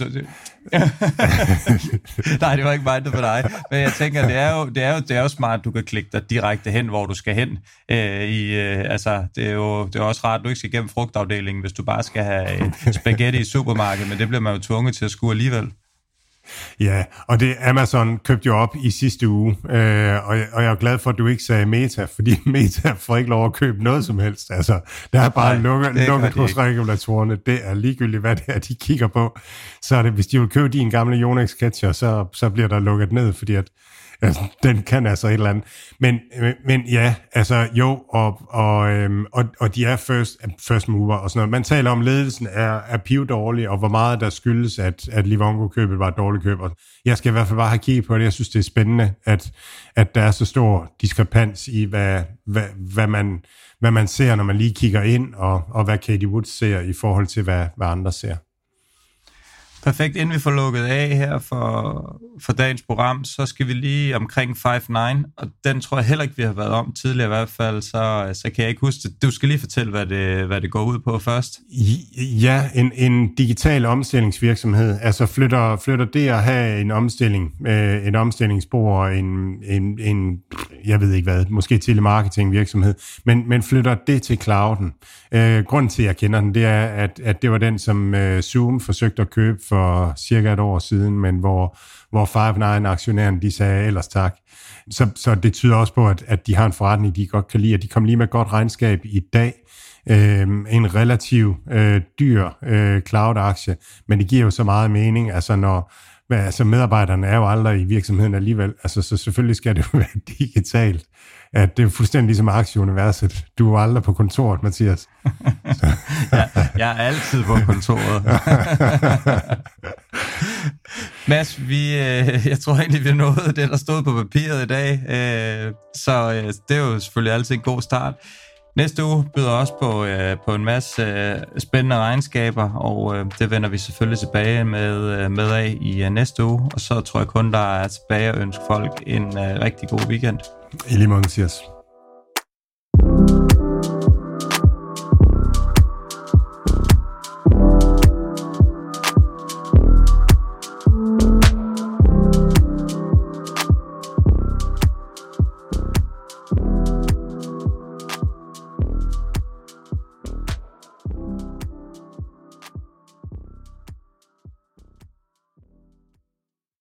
Nej, det var ikke meget for dig. Men jeg tænker, det er jo, det er jo, det er jo smart, at du kan klikke dig direkte hen, hvor du skal hen. Øh, i, øh, altså, det er jo det er også rart, at du ikke skal igennem frugtafdelingen, hvis du bare skal have spaghetti i supermarkedet, men det bliver man jo tvunget til at skue alligevel. Ja, og det Amazon købte jo op i sidste uge, øh, og, jeg, og jeg er glad for, at du ikke sagde Meta, fordi Meta får ikke lov at købe noget som helst. Altså, der er bare lukket, lukket hos regulatorerne. Det er ligegyldigt, hvad det er, de kigger på. Så er det, hvis de vil købe din gamle Yonex-catcher, så, så bliver der lukket ned, fordi at altså, den kan altså et eller andet. Men, men ja, altså jo, og, og, øhm, og, og de er first, first mover og sådan noget. Man taler om, ledelsen er, er pivdårlig, og hvor meget der skyldes, at, at Livongo-købet var et dårligt køb. Og jeg skal i hvert fald bare have kigget på det. Jeg synes, det er spændende, at, at der er så stor diskrepans i, hvad, hvad, hvad, man, hvad man ser, når man lige kigger ind, og, og hvad Katie Woods ser i forhold til, hvad, hvad andre ser. Perfekt. Inden vi får lukket af her for, for dagens program, så skal vi lige omkring Five nine, og den tror jeg heller ikke, vi har været om tidligere i hvert fald, så, så kan jeg ikke huske det. Du skal lige fortælle, hvad det, hvad det går ud på først. Ja, en, en digital omstillingsvirksomhed. Altså flytter, flytter det at have en omstilling, øh, en omstillingsspor, en, en, en, jeg ved ikke hvad, måske telemarketingvirksomhed, men, men flytter det til clouden. Øh, grunden til, at jeg kender den, det er, at, at det var den, som øh, Zoom forsøgte at købe for cirka et år siden, men hvor, hvor Five nine-aktionærerne, de sagde ellers tak. Så, så det tyder også på, at, at de har en forretning, de godt kan lide, at de kom lige med et godt regnskab i dag. Øh, en relativ øh, dyr øh, cloud-aktie, men det giver jo så meget mening, altså når altså medarbejderne er jo aldrig i virksomheden alligevel, altså så selvfølgelig skal det jo være digitalt. At det er fuldstændig ligesom aktieuniverset. Du er aldrig på kontoret, Mathias. ja, jeg er altid på kontoret. Mads, vi, øh, jeg tror egentlig, vi har nået det, der stod på papiret i dag. Øh, så øh, det er jo selvfølgelig altid en god start. Næste uge byder også på, øh, på en masse øh, spændende regnskaber, og øh, det vender vi selvfølgelig tilbage med, øh, med af i øh, næste uge. Og så tror jeg kun, der er tilbage at ønske folk en øh, rigtig god weekend. I lige måde, Mathias.